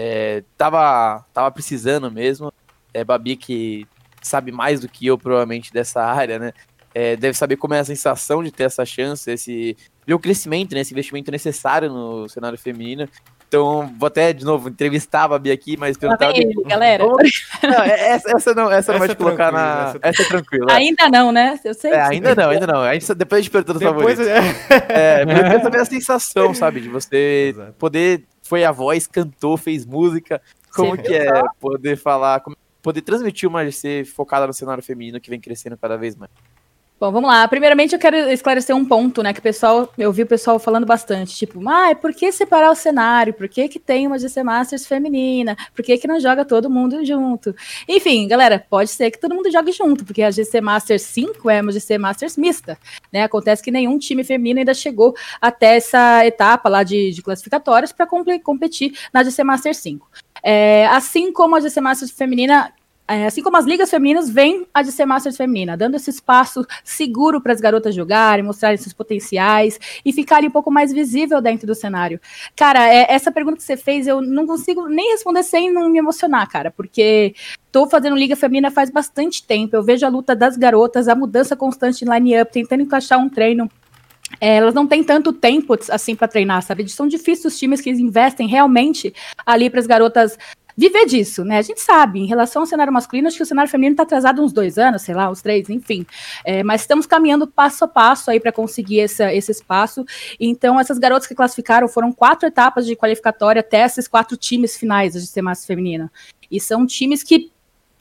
Tava precisando mesmo. Babi, que sabe mais do que eu, provavelmente, dessa área, né? Deve saber como é a sensação de ter essa chance, ver o crescimento, né? Esse investimento necessário no cenário feminino. Então, vou até, de novo, entrevistar a Babi aqui, mas perguntar... galera. Não, essa não vai te colocar na... Essa é tranquila. Ainda não, né? Eu sei. Ainda não. Depois a gente pergunta os favoritos. Eu quero saber a sensação, sabe? De você poder... Foi a voz, cantou, fez música. Como que é poder falar... Poder transmitir uma GC focada no cenário feminino que vem crescendo cada vez mais. Bom, vamos lá. Primeiramente, eu quero esclarecer um ponto, né? Que eu vi o pessoal falando bastante. Tipo, por que separar o cenário? Por que tem uma GC Masters feminina? Por que não joga todo mundo junto? Enfim, galera, pode ser que todo mundo jogue junto, porque a GC Masters 5 é uma GC Masters mista, né? Acontece que nenhum time feminino ainda chegou até essa etapa lá de classificatórias para competir na GC Masters 5. Assim como a GC Masters feminina... Assim como as ligas femininas, vem a GC Masters feminina, dando esse espaço seguro para as garotas jogarem, mostrarem seus potenciais e ficarem um pouco mais visível dentro do cenário. Cara, essa pergunta que você fez, eu não consigo nem responder sem não me emocionar, cara, porque tô fazendo liga feminina faz bastante tempo, eu vejo a luta das garotas, a mudança constante de line-up, tentando encaixar um treino. Elas não têm tanto tempo assim para treinar, sabe? São difíceis os times que investem realmente ali para as garotas viver disso, né? A gente sabe, em relação ao cenário masculino, acho que o cenário feminino está atrasado uns 2 anos, sei lá, uns 3, enfim. Mas estamos caminhando passo a passo aí para conseguir esse espaço. Então, essas garotas que classificaram foram 4 etapas de qualificatória até esses 4 times finais da GC Masters feminina. E são times que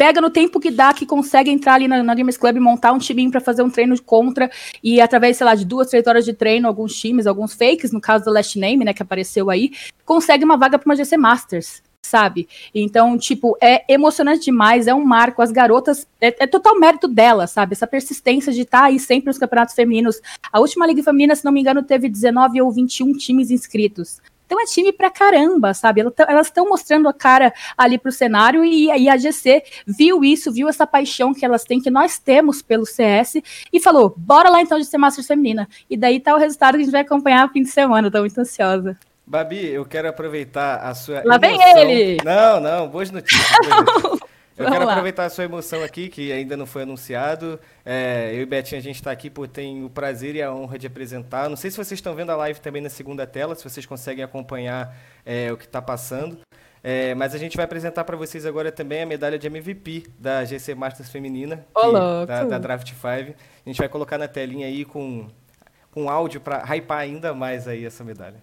pega no tempo que dá, que consegue entrar ali na Gamers Club, montar um timinho para fazer um treino de contra, e através, sei lá, de 2, 3 horas de treino, alguns times, alguns fakes, no caso do Last Name, né, que apareceu aí, consegue uma vaga para uma GC Masters, sabe? Então, tipo, é emocionante demais, é um marco, as garotas, é total mérito delas, sabe? Essa persistência de estar aí sempre nos campeonatos femininos. A última Liga Feminina, se não me engano, teve 19 ou 21 times inscritos. Então é time pra caramba, sabe? Elas estão mostrando a cara ali pro cenário e a GC viu isso, viu essa paixão que elas têm, que nós temos pelo CS e falou, bora lá então GC Masters feminina. E daí tá o resultado que a gente vai acompanhar no fim de semana, tô muito ansiosa. Babi, eu quero aproveitar a sua Lá emoção. vem ele! Não, boas notícias. Eu quero aproveitar a sua emoção aqui, que ainda não foi anunciado. Eu e Betinho, a gente está aqui, tem o prazer e a honra de apresentar. Não sei se vocês estão vendo a live também na segunda tela, se vocês conseguem acompanhar o que está passando. Mas a gente vai apresentar para vocês agora também a medalha de MVP da GC Masters Feminina, da Draft 5. A gente vai colocar na telinha aí com áudio para hypar ainda mais aí essa medalha.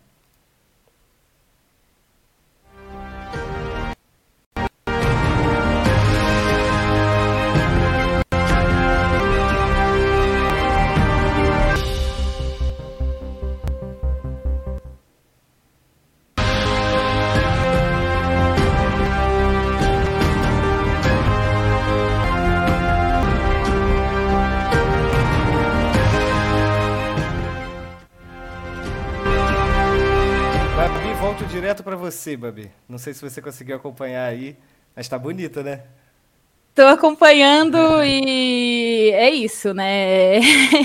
Volto direto para você, Babi. Não sei se você conseguiu acompanhar aí, mas tá bonita, né? Tô acompanhando e é isso, né?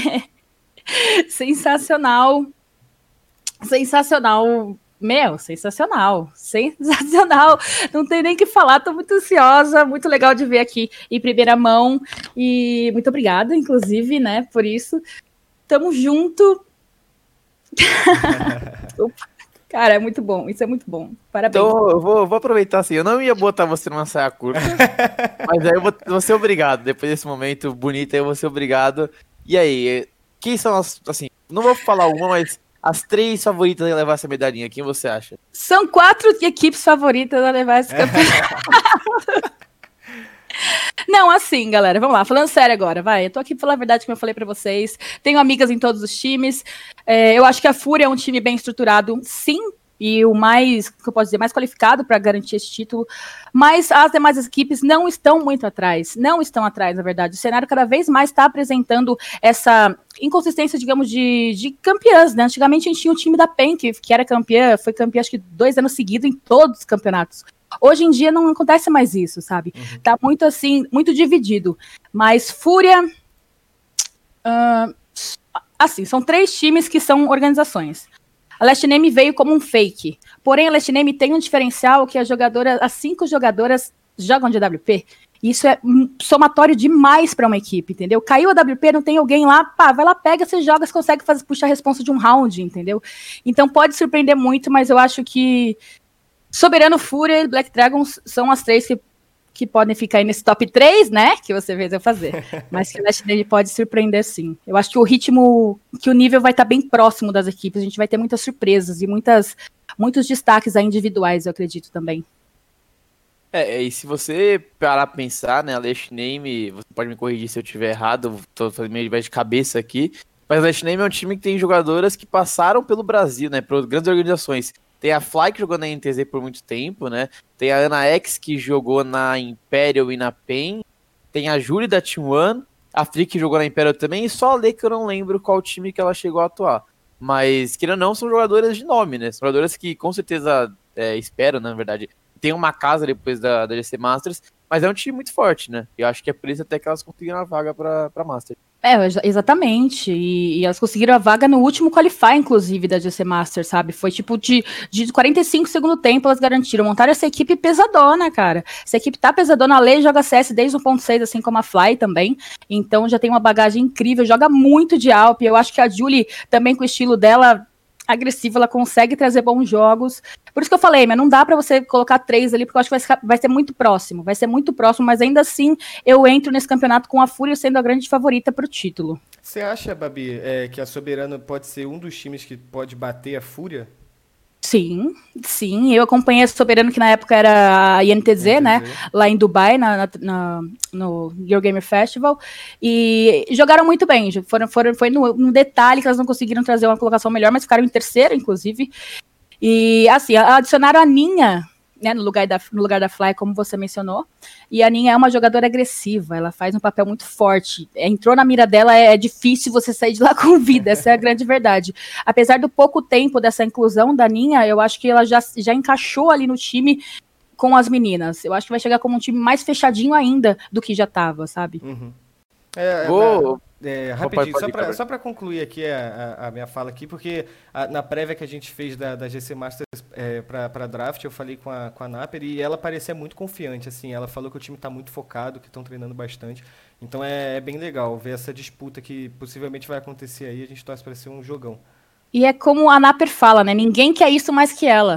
Sensacional. Sensacional. Meu, sensacional. Sensacional. Não tem nem o que falar, tô muito ansiosa, muito legal de ver aqui em primeira mão. E muito obrigada, inclusive, né, por isso. Tamo junto. Cara, é muito bom, isso é muito bom. Parabéns. Então, eu vou aproveitar assim, eu não ia botar você numa saia curta, mas aí eu vou ser obrigado, depois desse momento bonito aí eu vou ser obrigado. E aí, quem são as, assim, não vou falar uma, mas as 3 favoritas a levar essa medalhinha, quem você acha? São 4 equipes favoritas a levar esse campeonato. Não, assim, galera, vamos lá, falando sério agora, vai. Eu tô aqui pra falar a verdade, como eu falei pra vocês. Tenho amigas em todos os times. Eu acho que a Fúria é um time bem estruturado, sim, e o mais, que eu posso dizer, mais qualificado para garantir esse título. Mas as demais equipes não estão muito atrás. Não estão atrás, na verdade. O cenário cada vez mais está apresentando essa inconsistência, digamos, de campeãs, né? Antigamente a gente tinha um time da PEN, que era campeã, foi campeã acho que 2 anos seguidos em todos os campeonatos. Hoje em dia não acontece mais isso, sabe? Uhum. Tá muito assim, muito dividido. Mas Fúria... assim, são 3 times que são organizações. A Last Name veio como um fake. Porém, a Last Name tem um diferencial que as 5 jogadoras jogam de AWP. Isso é somatório demais para uma equipe, entendeu? Caiu a AWP, não tem alguém lá, pá, vai lá, pega, você joga, você consegue puxar a responsa de um round, entendeu? Então pode surpreender muito, mas eu acho que Soberano, Fúria e Black Dragons são as 3 que podem ficar aí nesse top 3, né? Que você fez eu fazer. Mas que o Last dele pode surpreender, sim. Eu acho que o ritmo, que o nível vai estar bem próximo das equipes. A gente vai ter muitas surpresas e muitos destaques aí individuais, eu acredito também. E se você parar pra pensar, né, a Last Name, você pode me corrigir se eu estiver errado, tô fazendo meio de cabeça aqui, mas a Last Name é um time que tem jogadoras que passaram pelo Brasil, né, por grandes organizações. Tem a Fly, que jogou na NTZ por muito tempo, né? Tem a Ana X, que jogou na Imperial e na PEN. Tem a Júlia da Team One. A Free, que jogou na Imperial também. E só a Lê, que eu não lembro qual time que ela chegou a atuar. Mas, querendo ou não, são jogadoras de nome, né? São jogadoras que, com certeza, esperam, né, na verdade, tem uma casa depois da GC Masters. Mas é um time muito forte, né? Eu acho que é por isso até que elas conseguiram a vaga pra Master. Exatamente, e elas conseguiram a vaga no último qualify, inclusive, da GC Master, sabe, foi tipo de 45 segundo tempo, elas garantiram, montaram essa equipe pesadona, cara, essa equipe tá pesadona, a Lei joga CS desde o 1.6, assim como a Fly também, então já tem uma bagagem incrível, joga muito de Alp, eu acho que a Julie, também com o estilo dela, agressiva, ela consegue trazer bons jogos. Por isso que eu falei, mas não dá pra você colocar 3 ali, porque eu acho que vai ser muito próximo, mas ainda assim eu entro nesse campeonato com a Fúria sendo a grande favorita pro título. Você acha, Babi, que a Soberano pode ser um dos times que pode bater a Fúria? Sim, eu acompanhei a Soberano, que na época era a INTZ, né, lá em Dubai, no Eurogamer Festival, e jogaram muito bem, foi no detalhe que elas não conseguiram trazer uma colocação melhor, mas ficaram em terceiro, inclusive, e assim, adicionaram a Ninha, né, no lugar da Fly, como você mencionou, e a Ninha é uma jogadora agressiva, ela faz um papel muito forte, entrou na mira dela, é difícil você sair de lá com vida, essa é a grande verdade. Apesar do pouco tempo dessa inclusão da Ninha, eu acho que ela já encaixou ali no time com as meninas, eu acho que vai chegar como um time mais fechadinho ainda do que já tava, sabe? Uhum. Rapidinho, só para concluir aqui a minha fala aqui, porque na prévia que a gente fez da GC Masters para draft, eu falei com a Naper e ela parecia muito confiante, assim, ela falou que o time está muito focado, que estão treinando bastante, então é bem legal ver essa disputa que possivelmente vai acontecer aí, a gente torce para ser um jogão. E é como a Naper fala, né? Ninguém quer isso mais que ela.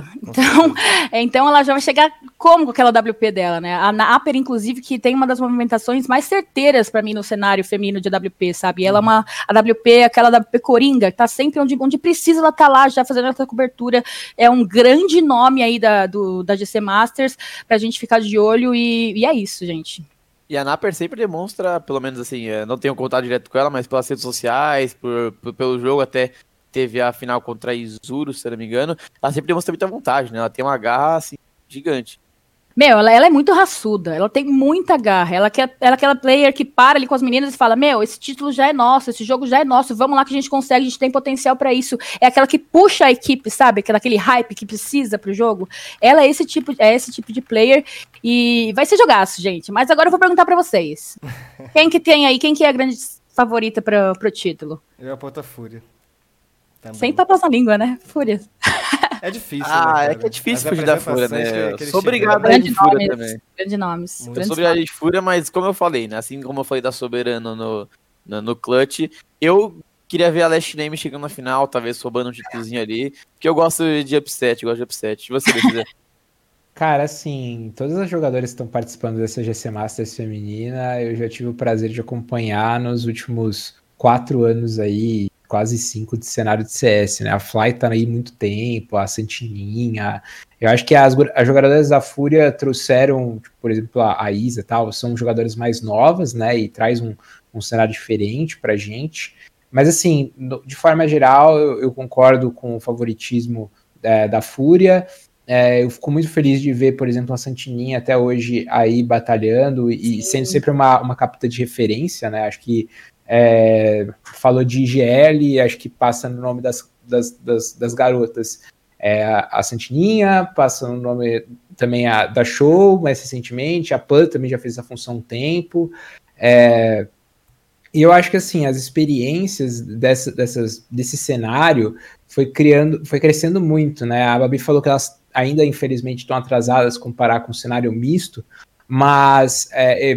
Então ela já vai chegar como com aquela WP dela, né? A Naper, inclusive, que tem uma das movimentações mais certeiras pra mim no cenário feminino de WP, sabe? E ela é a WP, aquela WP Coringa, que tá sempre onde precisa, ela tá lá já fazendo essa cobertura. É um grande nome aí da GC Masters pra gente ficar de olho e é isso, gente. E a Naper sempre demonstra, pelo menos assim, não tenho contato direto com ela, mas pelas redes sociais, pelo jogo até. Teve a final contra a Izuru, se eu não me engano, ela sempre demonstra muita vontade, né? Ela tem uma garra, assim, gigante. Ela é muito raçuda, ela tem muita garra, ela é aquela player que para ali com as meninas e fala, esse título já é nosso, esse jogo já é nosso, vamos lá que a gente consegue, a gente tem potencial pra isso. É aquela que puxa a equipe, sabe? Aquele hype que precisa pro jogo. Ela é esse tipo de player e vai ser jogaço, gente. Mas agora eu vou perguntar pra vocês. Quem que é a grande favorita pro título? Eu aponto a Fúria. Também. Sem papas na língua, né? Fúria. É difícil, né, é que é difícil fugir da Fúria, né? Eu sou obrigado a ir de Fúria também. Grandes nomes. Eu sou obrigado a ir de Fúria, mas como eu falei, né? Assim como eu falei da Soberano no Clutch, eu queria ver a Last Name chegando na final, talvez roubando um títulozinho ali, porque eu gosto de upset, E você, Decider? Cara, assim, todas as jogadoras que estão participando dessa GC Masters feminina, eu já tive o prazer de acompanhar nos últimos 4 anos aí, quase 5 de cenário de CS, né? A Fly tá aí muito tempo, a Santininha. Eu acho que as jogadoras da Fúria trouxeram, tipo, por exemplo, a Isa e tal, são jogadoras mais novas, né? E traz um cenário diferente pra gente. Mas, assim, de forma geral, eu concordo com o favoritismo da Fúria. Eu fico muito feliz de ver, por exemplo, a Santininha até hoje aí batalhando e sendo sempre uma capita de referência, né? Acho que falou de IGL, acho que passa no nome das garotas a Santininha, passa no nome também da Show, mais recentemente, a Pan também já fez essa função há um tempo, e eu acho que assim, as experiências desse cenário foi crescendo muito, né? A Babi falou que elas ainda infelizmente estão atrasadas comparar com o cenário misto, mas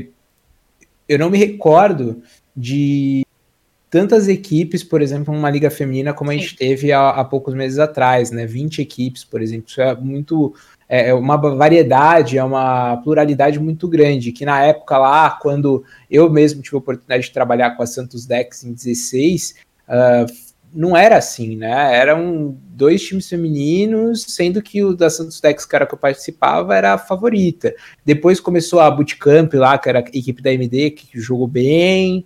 eu não me recordo de tantas equipes, por exemplo, numa liga feminina como a gente teve há poucos meses atrás, né? 20 equipes, por exemplo, isso é muito, uma variedade, é uma pluralidade muito grande, que na época lá, quando eu mesmo tive a oportunidade de trabalhar com a Santos Dex em 16, não era assim, né? Eram 2 times femininos, sendo que o da Santos Dex, que era que eu participava, era a favorita. Depois começou a Bootcamp lá, que era a equipe da MD, que jogou bem.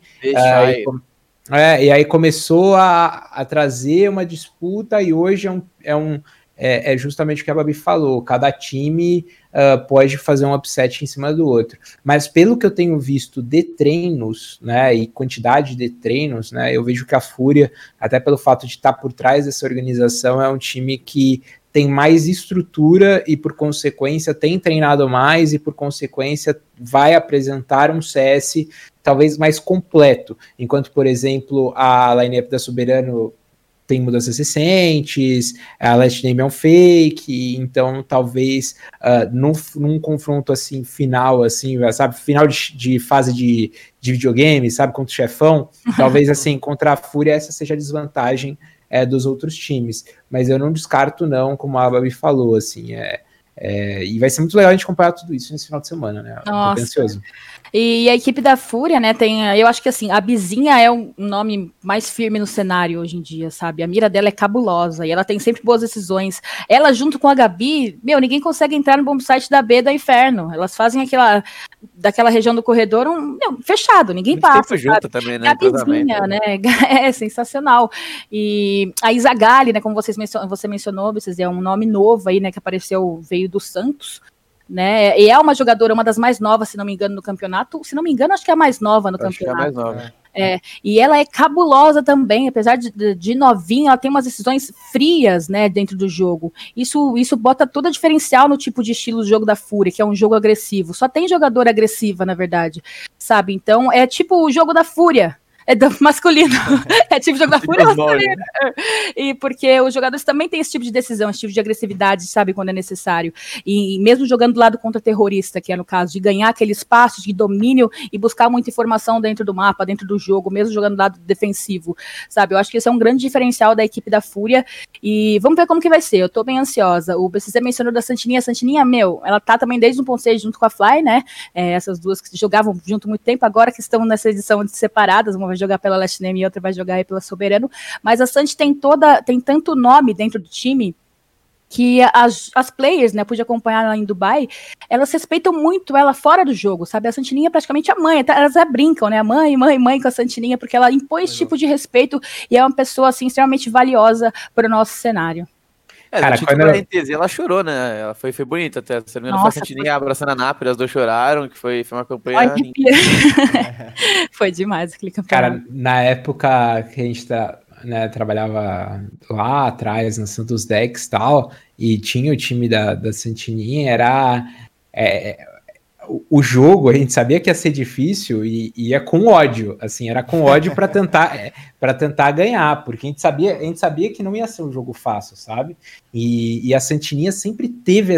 E aí começou a trazer uma disputa, e hoje é justamente o que a Babi falou, cada time pode fazer um upset em cima do outro, mas pelo que eu tenho visto de treinos, né, e quantidade de treinos, né, eu vejo que a Fúria, até pelo fato de estar por trás dessa organização, é um time que tem mais estrutura e, por consequência, tem treinado mais e, por consequência, vai apresentar um CS talvez mais completo, enquanto, por exemplo, a line-up da Soberano tem mudanças recentes, a Last Name é um fake, então talvez num confronto assim, final, assim, sabe, final de fase de videogame, sabe, contra o chefão, talvez assim, contra a Fúria essa seja a desvantagem dos outros times, mas eu não descarto não, como a Babi falou, assim, E vai ser muito legal a gente acompanhar tudo isso nesse final de semana, né? Nossa. Tô ansioso. E a equipe da Fúria, né, eu acho que assim, a Bizinha é um nome mais firme no cenário hoje em dia, sabe? A mira dela é cabulosa e ela tem sempre boas decisões. Ela junto com a Gabi, ninguém consegue entrar no bombsite da B do inferno. Elas fazem daquela região do corredor fechado, ninguém muito passa. Junto também, né? A Bizinha, né, é sensacional. E a Izagali, né, como você mencionou, é um nome novo aí, né, que veio do Santos, né? E é uma jogadora, uma das mais novas, se não me engano, no campeonato. Se não me engano, acho que é a mais nova no campeonato. Acho que é a mais nova. E ela é cabulosa também, apesar de novinha, ela tem umas decisões frias, né, dentro do jogo. Isso bota todo diferencial no tipo de estilo de jogo da Fúria, que é um jogo agressivo. Só tem jogadora agressiva, na verdade, sabe? Então, é tipo o jogo da Fúria. É do masculino. É tipo jogo da Fúria masculino. E porque os jogadores também têm esse tipo de decisão, esse tipo de agressividade, sabe, quando é necessário. E mesmo jogando do lado contra terrorista, que é no caso, de ganhar aquele espaço de domínio e buscar muita informação dentro do mapa, dentro do jogo, mesmo jogando do lado defensivo, sabe? Eu acho que esse é um grande diferencial da equipe da Fúria. E vamos ver como que vai ser. Eu tô bem ansiosa. O BCC mencionou da Santininha. A Santininha, ela tá também desde o 1.6 junto com a Fly, né? Essas duas que jogavam junto muito tempo, agora que estão nessa edição separadas, uma vai jogar pela Last Name e outra vai jogar aí pela Soberano, mas a Santi tem tanto nome dentro do time que as players, né, pude acompanhar lá em Dubai, elas respeitam muito ela fora do jogo, sabe? A Santininha é praticamente a mãe, elas brincam, né? Mãe com a Santininha, porque ela impõe esse tipo de respeito e é uma pessoa, assim, extremamente valiosa para o nosso cenário. Cara, ela chorou, né? Ela foi bonita até. Se não me engano, foi a Santininha abraçando a Nápoles, as duas choraram, que foi uma campanha. Foi demais aquele Cara, campeonato. na época que a gente trabalhava lá atrás, na Santos Decks e tal, e tinha o time da Santininha, era. O jogo, a gente sabia que ia ser difícil e ia com ódio, assim, era com ódio para tentar ganhar, porque a gente sabia que não ia ser um jogo fácil, sabe? E a Santininha sempre teve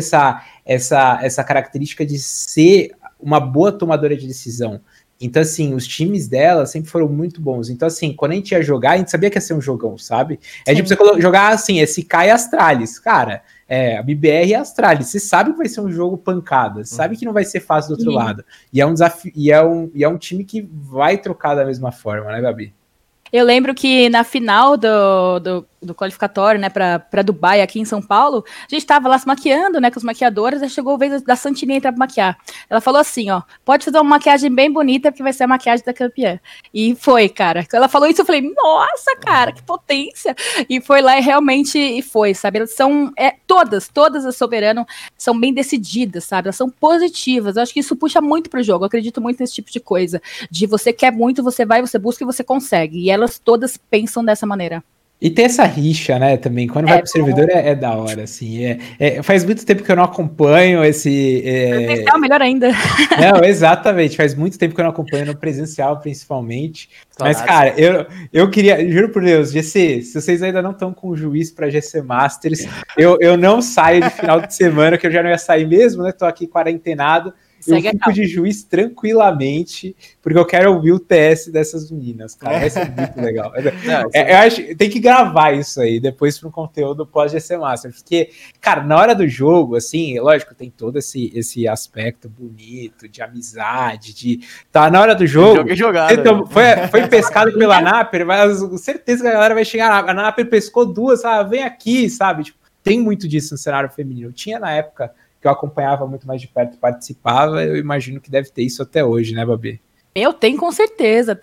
essa característica de ser uma boa tomadora de decisão. Então, assim, os times dela sempre foram muito bons. Então, assim, quando a gente ia jogar, a gente sabia que ia ser um jogão, sabe? É tipo você jogar, assim, SK e Astralis. Cara, a BBR e Astralis. Você sabe que vai ser um jogo pancada. Você sabe que não vai ser fácil do outro lado. E é um desafio, e é um time que vai trocar da mesma forma, né, Gabi? Eu lembro que na final do qualificatório, né, pra Dubai, aqui em São Paulo, a gente tava lá se maquiando, né, com os maquiadores, aí chegou a vez da Santininha entrar pra maquiar. Ela falou assim, pode fazer uma maquiagem bem bonita, porque vai ser a maquiagem da campeã. E foi, cara. Ela falou isso, eu falei, nossa, cara, que potência. E foi lá e realmente foi, sabe? Elas são, todas as Soberano são bem decididas, sabe? Elas são positivas. Eu acho que isso puxa muito pro jogo. Eu acredito muito nesse tipo de coisa. De você quer muito, você vai, você busca e você consegue. E elas todas pensam dessa maneira. E tem essa rixa, né, também, quando vai pro servidor é da hora, assim, faz muito tempo que eu não acompanho esse... Presencial, melhor ainda. Não, exatamente, faz muito tempo que eu não acompanho no presencial, principalmente, mas, cara, eu queria, juro por Deus, GC, se vocês ainda não estão com o juiz pra GC Masters, eu não saio de final de semana, que eu já não ia sair mesmo, né, tô aqui quarentenado, eu fico de juiz tranquilamente, porque eu quero ouvir o TS dessas meninas, cara. Vai ser muito legal. Eu acho tem que gravar isso aí depois para um conteúdo pós-GC Master. Porque, cara, na hora do jogo, assim, lógico, tem todo esse aspecto bonito, de amizade, tá na hora do jogo. Então, foi pescado pela Naper, mas certeza que a galera vai chegar. A Naper pescou duas, vem aqui, sabe? Tipo, tem muito disso no cenário feminino. Tinha na época que eu acompanhava muito mais de perto, participava, eu imagino que deve ter isso até hoje, né, Babi? Tem com certeza.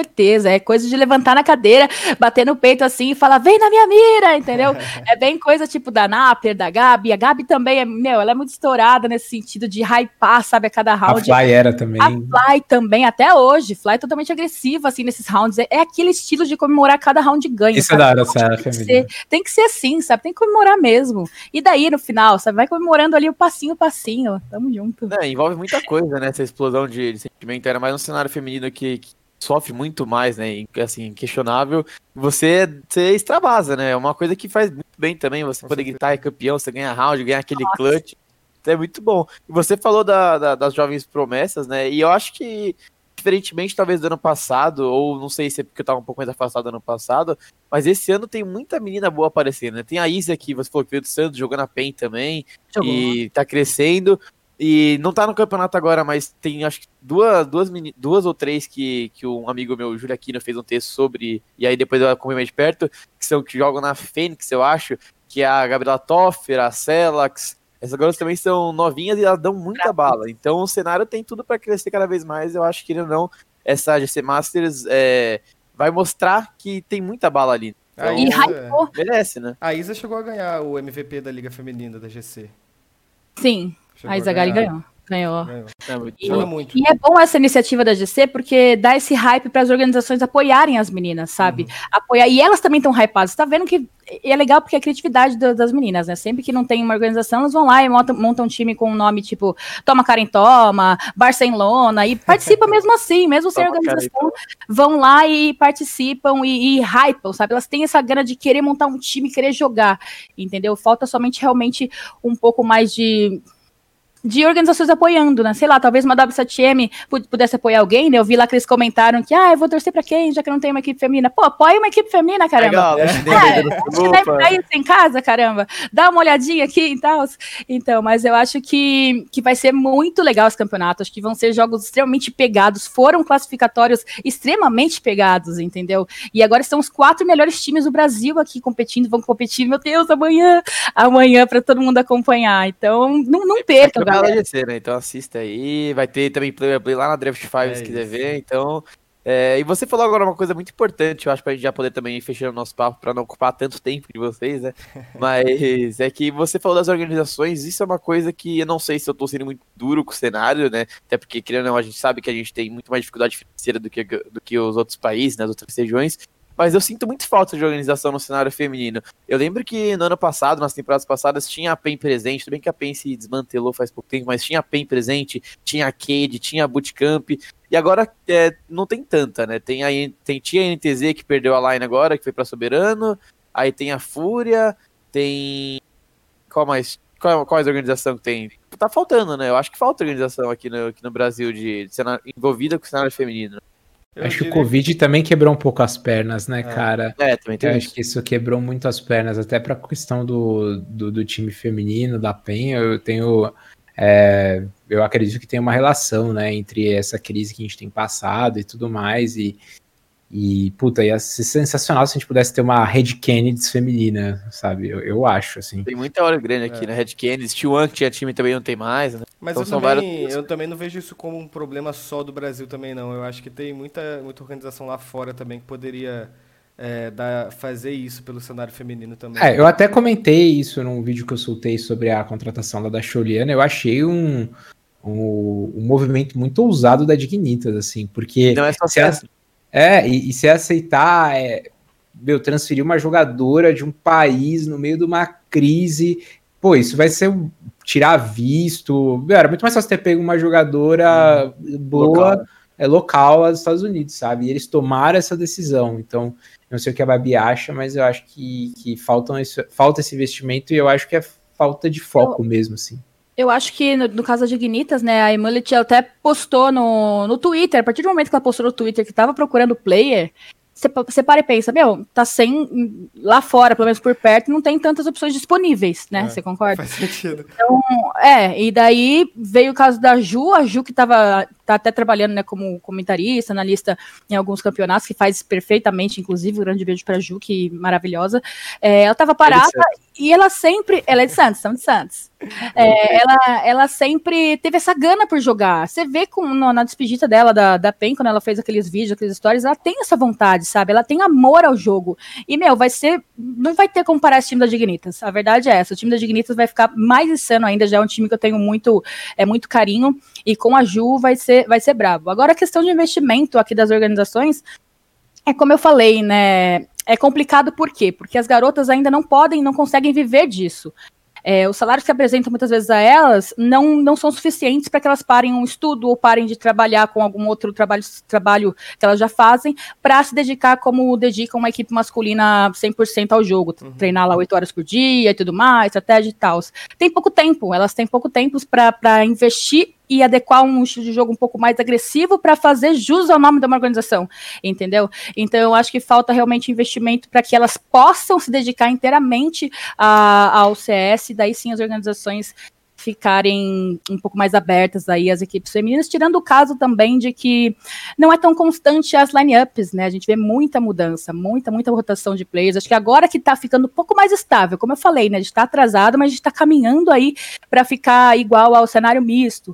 É coisa de levantar na cadeira, bater no peito assim e falar, vem na minha mira, entendeu? É bem coisa tipo da Naper, da Gabi. A Gabi também ela é muito estourada nesse sentido de hypar, sabe, a cada round. A Fly era também. A Fly também, até hoje. Fly é totalmente agressiva, assim, nesses rounds. É aquele estilo de comemorar cada round ganho. Isso é da hora, sabe? Tem que ser assim, sabe? Tem que comemorar mesmo. E daí, no final, sabe? Vai comemorando ali o passinho. Tamo junto. Envolve muita coisa, né? Essa explosão de sentimento. Era mais um cenário feminino que sofre muito mais, né? Assim, inquestionável. Você extravasa, né? É uma coisa que faz muito bem também. Você poder gritar, é campeão, você ganha round, ganha aquele clutch. É muito bom. E você falou das jovens promessas, né? E eu acho que, diferentemente talvez do ano passado, ou não sei se é porque eu tava um pouco mais afastado do ano passado, mas esse ano tem muita menina boa aparecendo, né? Tem a Isa que você falou que veio do Santos, jogou na PEN também, e tá crescendo. E não tá no campeonato agora, mas tem acho que duas ou três que um amigo meu, Júlio Aquino, fez um texto sobre, e aí depois eu acompanhei mais de perto, que jogam na Fênix, eu acho, que é a Gabriela Toffer, a Celax. Essas garotas também são novinhas e elas dão muita bala. Então o cenário tem tudo para crescer cada vez mais. Eu acho que ele não, essa GC Masters vai mostrar que tem muita bala ali. Então, e hypou. Merece, né? A Isa chegou a ganhar o MVP da Liga Feminina da GC. Sim. A Isa Gali ganhou. Muito. E é bom essa iniciativa da GC porque dá esse hype para as organizações apoiarem as meninas, sabe? Apoiar. E elas também estão hypadas. Você tá vendo que é legal porque é a criatividade das meninas, né? Sempre que não tem uma organização, elas vão lá e montam um time com um nome tipo Toma Karen Toma, Barcelona, e participa mesmo assim, mesmo sem organização, vão lá e participam e hypam, sabe? Elas têm essa gana de querer montar um time, querer jogar, entendeu? Falta somente realmente um pouco mais de organizações apoiando, né? Sei lá, talvez uma W7M pudesse apoiar alguém, né? Eu vi lá que eles comentaram que, eu vou torcer pra quem, já que não tem uma equipe feminina. Pô, apoia uma equipe feminina, caramba. Legal, pra isso em casa, caramba. Dá uma olhadinha aqui e tal. Então, mas eu acho que vai ser muito legal esse campeonato. Acho que vão ser jogos extremamente pegados. Foram classificatórios extremamente pegados, entendeu? E agora estão os 4 melhores times do Brasil aqui competindo. Vão competir, meu Deus, amanhã pra todo mundo acompanhar. Então, não percam, galera. GC, né? Então assista aí, vai ter também play lá na Draft 5 se quiser ver, então... e você falou agora uma coisa muito importante, eu acho, pra gente já poder também fechar o nosso papo, pra não ocupar tanto tempo de vocês, né? Mas é que você falou das organizações, isso é uma coisa que eu não sei se eu tô sendo muito duro com o cenário, né? Até porque, querendo ou não, a gente sabe que a gente tem muito mais dificuldade financeira do que os outros países, né? As outras regiões. Mas eu sinto muito falta de organização no cenário feminino. Eu lembro que no ano passado, nas temporadas passadas, tinha a PEN presente, tudo bem que a PEN se desmantelou faz pouco tempo, mas tinha a PEN presente, tinha a Cade, tinha a Bootcamp, e agora não tem tanta, né? Tinha a NTZ que perdeu a line agora, que foi pra Soberano, aí tem a Fúria, tem... Qual mais organização que tem? Tá faltando, né? Eu acho que falta organização aqui no Brasil de envolvida com o cenário feminino. Acho que o Covid também quebrou um pouco as pernas, né, cara? Também tem acho que isso quebrou muito as pernas, até pra questão do time feminino, da PEN, eu acredito que tem uma relação, né, entre essa crise que a gente tem passado e tudo mais, e puta, ia ser sensacional se a gente pudesse ter uma Red Kennedy feminina, sabe? Eu acho, assim. Tem muita hora grande aqui, né? Red Kennedy, T1 que tinha time também não tem mais, né? Mas então, eu também não vejo isso como um problema só do Brasil também, não. Eu acho que tem muita organização lá fora também que poderia fazer isso pelo cenário feminino também. Eu até comentei isso num vídeo que eu soltei sobre a contratação da Sholiana. Eu achei um movimento muito ousado da Dignitas, assim, porque... Não é só e se aceitar, transferir uma jogadora de um país no meio de uma crise, pô, isso vai ser tirar visto. Era muito mais fácil ter pego uma jogadora boa, local dos Estados Unidos, sabe? E eles tomaram essa decisão. Então, não sei o que a Babi acha, mas eu acho que falta esse investimento e eu acho que é falta de foco mesmo, assim. Eu acho que no caso da Dignitas, né, a Emulet até postou no Twitter, a partir do momento que ela postou no Twitter que tava procurando player, você para e pensa, tá sem, lá fora, pelo menos por perto, não tem tantas opções disponíveis, né, você concorda? Faz sentido. Então, e daí veio o caso da Ju, a Ju que tá até trabalhando, né, como comentarista, analista em alguns campeonatos, que faz perfeitamente, inclusive, um grande beijo pra Ju, que maravilhosa. Ela tava parada e ela é de Santos, estamos de Santos. Ela sempre teve essa gana por jogar. Você vê na despedida dela da PEN, quando ela fez aqueles vídeos, aqueles stories, ela tem essa vontade, sabe? Ela tem amor ao jogo. E, não vai ter como parar esse time da Dignitas. A verdade é essa. O time da Dignitas vai ficar mais insano ainda. Já é um time que eu tenho muito carinho. E com a Ju vai ser brabo. Agora, a questão de investimento aqui das organizações, como eu falei, né? É complicado por quê? Porque as garotas ainda não conseguem viver disso. Os salários que apresentam muitas vezes a elas não são suficientes para que elas parem um estudo ou parem de trabalhar com algum outro trabalho que elas já fazem para se dedicar como dedicam uma equipe masculina 100% ao jogo, treinar lá 8 horas por dia e tudo mais, estratégia e tal. Tem pouco tempo, elas têm pouco tempo para investir e adequar um estilo de jogo um pouco mais agressivo para fazer jus ao nome de uma organização, entendeu? Então eu acho que falta realmente investimento para que elas possam se dedicar inteiramente ao CS, daí sim as organizações ficarem um pouco mais abertas aí às equipes femininas, tirando o caso também de que não é tão constante as lineups, né? A gente vê muita mudança, muita rotação de players. Acho que agora que tá ficando um pouco mais estável, como eu falei, né? A gente tá atrasado, mas a gente tá caminhando aí para ficar igual ao cenário misto.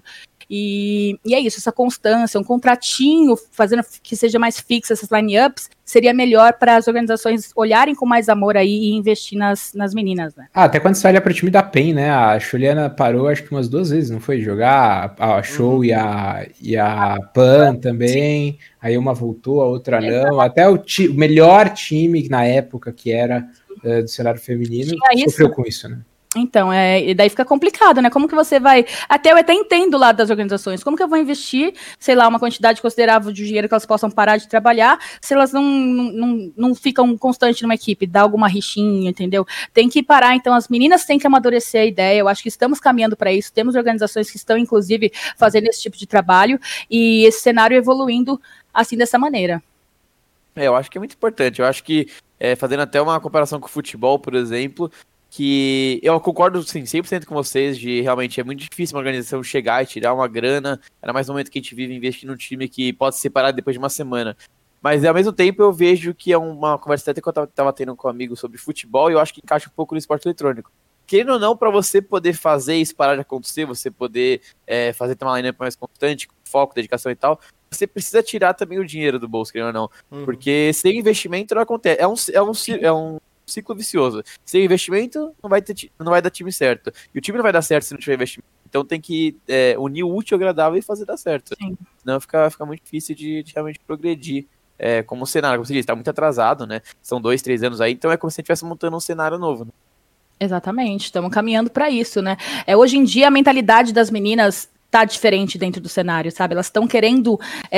E é isso, essa constância, um contratinho fazendo que seja mais fixa essas lineups, seria melhor para as organizações olharem com mais amor aí e investir nas meninas, né? Até quando você olha para o time da PEN, né? A Juliana parou acho que umas 2 vezes, não foi? Jogar a Show e a Pan também. Aí uma voltou, a outra não. Até o melhor time na época que era do cenário feminino sofreu com isso, né? Então, e daí fica complicado, né? Como que você vai... eu até entendo o lado das organizações. Como que eu vou investir, sei lá, uma quantidade considerável de dinheiro que elas possam parar de trabalhar se elas não ficam constantes numa equipe, dá alguma rixinha, entendeu? Tem que parar, então as meninas têm que amadurecer a ideia. Eu acho que estamos caminhando para isso. Temos organizações que estão, inclusive, fazendo esse tipo de trabalho e esse cenário evoluindo assim, dessa maneira. Eu acho que é muito importante. Eu acho que, fazendo até uma comparação com o futebol, por exemplo, que eu concordo sim, 100% com vocês de realmente é muito difícil uma organização chegar e tirar uma grana, era mais no momento que a gente vive investir num time que pode se separar depois de uma semana. Mas ao mesmo tempo eu vejo que é uma conversa até que eu tava tendo com um amigo sobre futebol e eu acho que encaixa um pouco no esporte eletrônico. Querendo ou não, para você poder fazer isso parar de acontecer, você poder fazer ter uma lineup mais constante, com foco, dedicação e tal, você precisa tirar também o dinheiro do bolso, querendo ou não. Porque sem investimento não acontece. É um ciclo vicioso. Sem investimento, não vai dar time certo. E o time não vai dar certo se não tiver investimento. Então tem que unir o útil ao agradável e fazer dar certo. Sim. Senão fica muito difícil de realmente progredir. Como cenário, como você disse, tá muito atrasado, né? São 2, 3 anos aí, então é como se a gente estivesse montando um cenário novo, né? Exatamente, estamos caminhando para isso, né? Hoje em dia a mentalidade das meninas tá diferente dentro do cenário, sabe? Elas estão querendo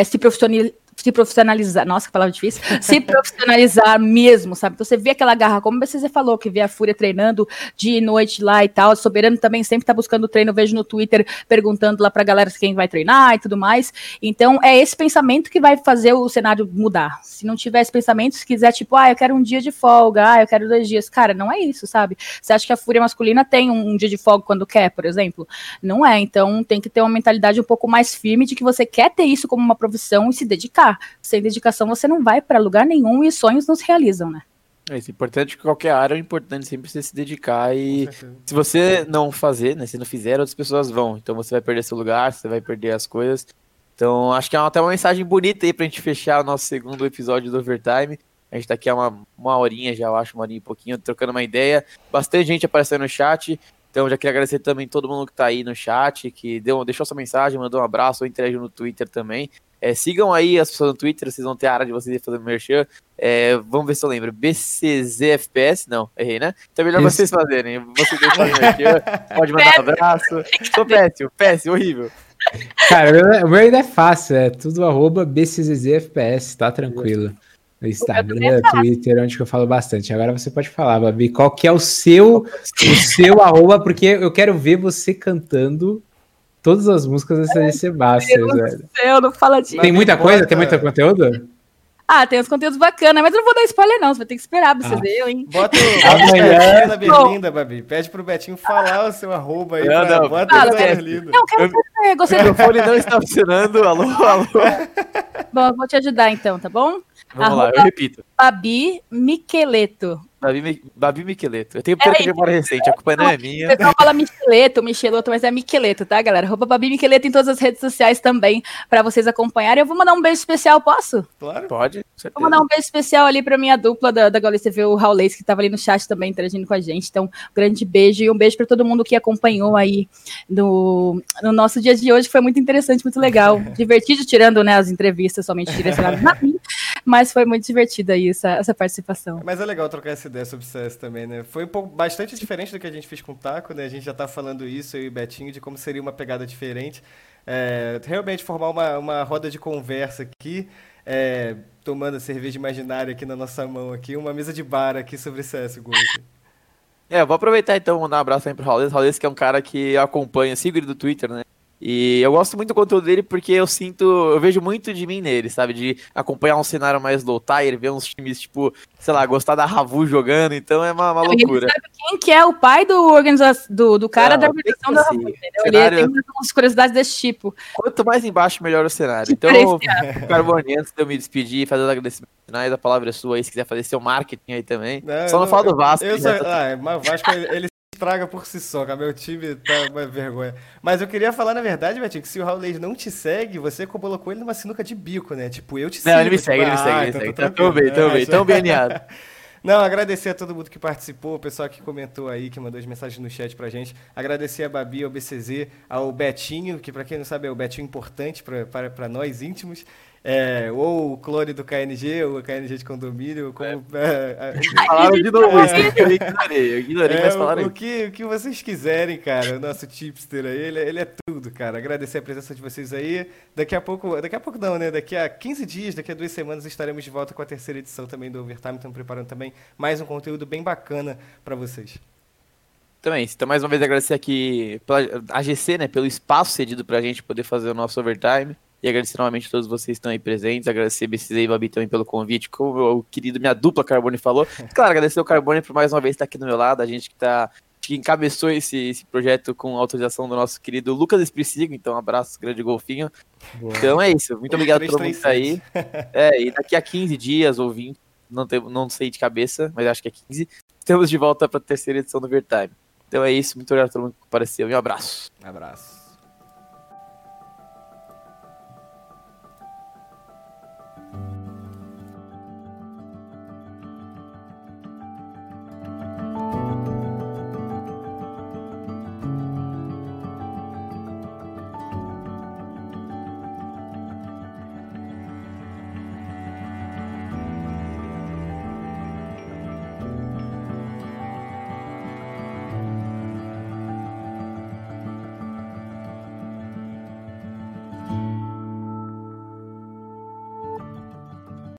se profissionalizar, nossa, que palavra difícil, se profissionalizar mesmo, sabe? Então você vê aquela garra, como você falou, que vê a Fúria treinando dia e noite lá e tal, o Soberano também sempre tá buscando treino, eu vejo no Twitter perguntando lá pra galera quem vai treinar e tudo mais, então é esse pensamento que vai fazer o cenário mudar. Se não tiver esse pensamento, se quiser tipo, eu quero um dia de folga, eu quero 2 dias, cara, não é isso, sabe? Você acha que a Fúria masculina tem um dia de folga quando quer, por exemplo? Não é, então tem que ter uma mentalidade um pouco mais firme de que você quer ter isso como uma profissão e se dedicar. Sem dedicação você não vai para lugar nenhum e sonhos não se realizam, né? É isso, importante que qualquer área, é importante sempre você se dedicar e se você não fazer, né, se não fizer, outras pessoas vão, então você vai perder seu lugar, você vai perder as coisas, então acho que é até uma mensagem bonita aí pra gente fechar o nosso segundo episódio do Overtime. A gente tá aqui há uma horinha já, eu acho, 1 horinha e pouquinho, trocando uma ideia, bastante gente aparecendo no chat. Então, já queria agradecer também todo mundo que tá aí no chat, que deixou sua mensagem, mandou um abraço ou interagiu no Twitter também. Sigam aí as pessoas no Twitter, vocês vão ter a área de vocês fazendo merchan. Vamos ver se eu lembro. BCZFPS? Não, errei, né? Então é melhor vocês fazerem. Vocês fazem merchan, pode mandar um abraço. Sou péssimo, horrível. Cara, o meu ainda é fácil, é tudo @BCZFPS, tá tranquilo. No Instagram, Twitter, onde que eu falo bastante. Agora você pode falar, Babi, qual que é o seu arroba, porque eu quero ver você cantando todas as músicas dessa DC Masters, velho. Eu não falo disso. Tem muita coisa? Tem muito conteúdo? Tem uns conteúdos bacanas, mas eu não vou dar spoiler não, você vai ter que esperar pra você ver, hein? Bota o Betinho na Berlinda, Babi. Pede pro Betinho falar o seu arroba aí. Bota o Berlinda. Não, quero saber. O microfone não está funcionando. Alô? Bom, eu vou te ajudar então, tá bom? Vamos lá, eu repito. Babi Micheleto. Babi Micheleto. Eu tenho perda de memória recente, a culpa não é minha. Você não fala Micheleto, mas é Micheleto, tá, galera? Babi Micheleto em todas as redes sociais também, pra vocês acompanharem. Eu vou mandar um beijo especial, posso? Claro. Pode, vou mandar um beijo especial ali pra minha dupla da Gaules TV, o Raulês, que tava ali no chat também interagindo com a gente. Então, um grande beijo e um beijo pra todo mundo que acompanhou aí no nosso dia de hoje. Foi muito interessante, muito legal. Divertido, tirando, né, as entrevistas somente direcionadas na mim. Mas foi muito divertida aí essa participação. Mas é legal trocar essa ideia sobre CS também, né? Foi bastante diferente do que a gente fez com o Taco, né? A gente já tá falando isso, eu e o Betinho, de como seria uma pegada diferente. Realmente formar uma roda de conversa aqui, tomando a cerveja imaginária aqui na nossa mão, aqui, uma mesa de bar aqui sobre CSGO. Eu vou aproveitar então e mandar um abraço aí pro Raulês. Raulês que é um cara que eu acompanho, sigo ele do Twitter, né? E eu gosto muito do conteúdo dele porque eu vejo muito de mim nele, sabe? De acompanhar um cenário mais low tire, ver uns times, tipo, sei lá, gostar da Ravu jogando, então é uma loucura. Ele sabe quem que é o pai do cara da organização da Ravu, entendeu? Cenário... Ele tem umas curiosidades desse tipo. Quanto mais embaixo, melhor o cenário. Então, Carbone, antes de eu me despedir e fazer os agradecimentos finais, a palavra é sua aí, se quiser fazer seu marketing aí também. Só não fala do Vasco. Mas o Vasco, ele estraga por si só, cara. Meu time tá uma vergonha. Mas eu queria falar, na verdade, Betinho, que se o Raul Leite não te segue, você colocou ele numa sinuca de bico, né? Tipo, eu te sigo. Não, ele me segue, ele me segue. Tão bem alinhado. Não, agradecer a todo mundo que participou, o pessoal que comentou aí, que mandou as mensagens no chat pra gente. Agradecer a Babi, ao BCZ, ao Betinho, que pra quem não sabe é o Betinho importante pra nós íntimos. Ou o clone do KNG, ou o KNG de condomínio, como... Falaram de novo isso, eu ignorei, mas falaram o que vocês quiserem, cara, o nosso tipster aí, ele é tudo, cara. Agradecer a presença de vocês aí. Daqui a pouco não, né? Daqui a 15 dias, daqui a 2 semanas, estaremos de volta com a 3ª edição também do Overtime. Estamos preparando também mais um conteúdo bem bacana pra vocês. Também, então mais uma vez agradecer aqui pela AGC, né, pelo espaço cedido pra gente poder fazer o nosso Overtime. E agradecer novamente a todos vocês que estão aí presentes. Agradecer BCZ e Babi também pelo convite, como o querido, minha dupla Carbone falou. Claro, agradecer o Carbone por mais uma vez estar aqui do meu lado. A gente que encabeçou esse projeto com a autorização do nosso querido Lucas Espricigo. Então, um abraço, grande golfinho. Boa. Então é isso. Muito obrigado a todo mundo que tá aí. E daqui a 15 dias ou 20, não sei de cabeça, mas acho que é 15, estamos de volta para a 3ª edição do Overtime. Então é isso. Muito obrigado a todo mundo que apareceu. E um abraço. Abraço.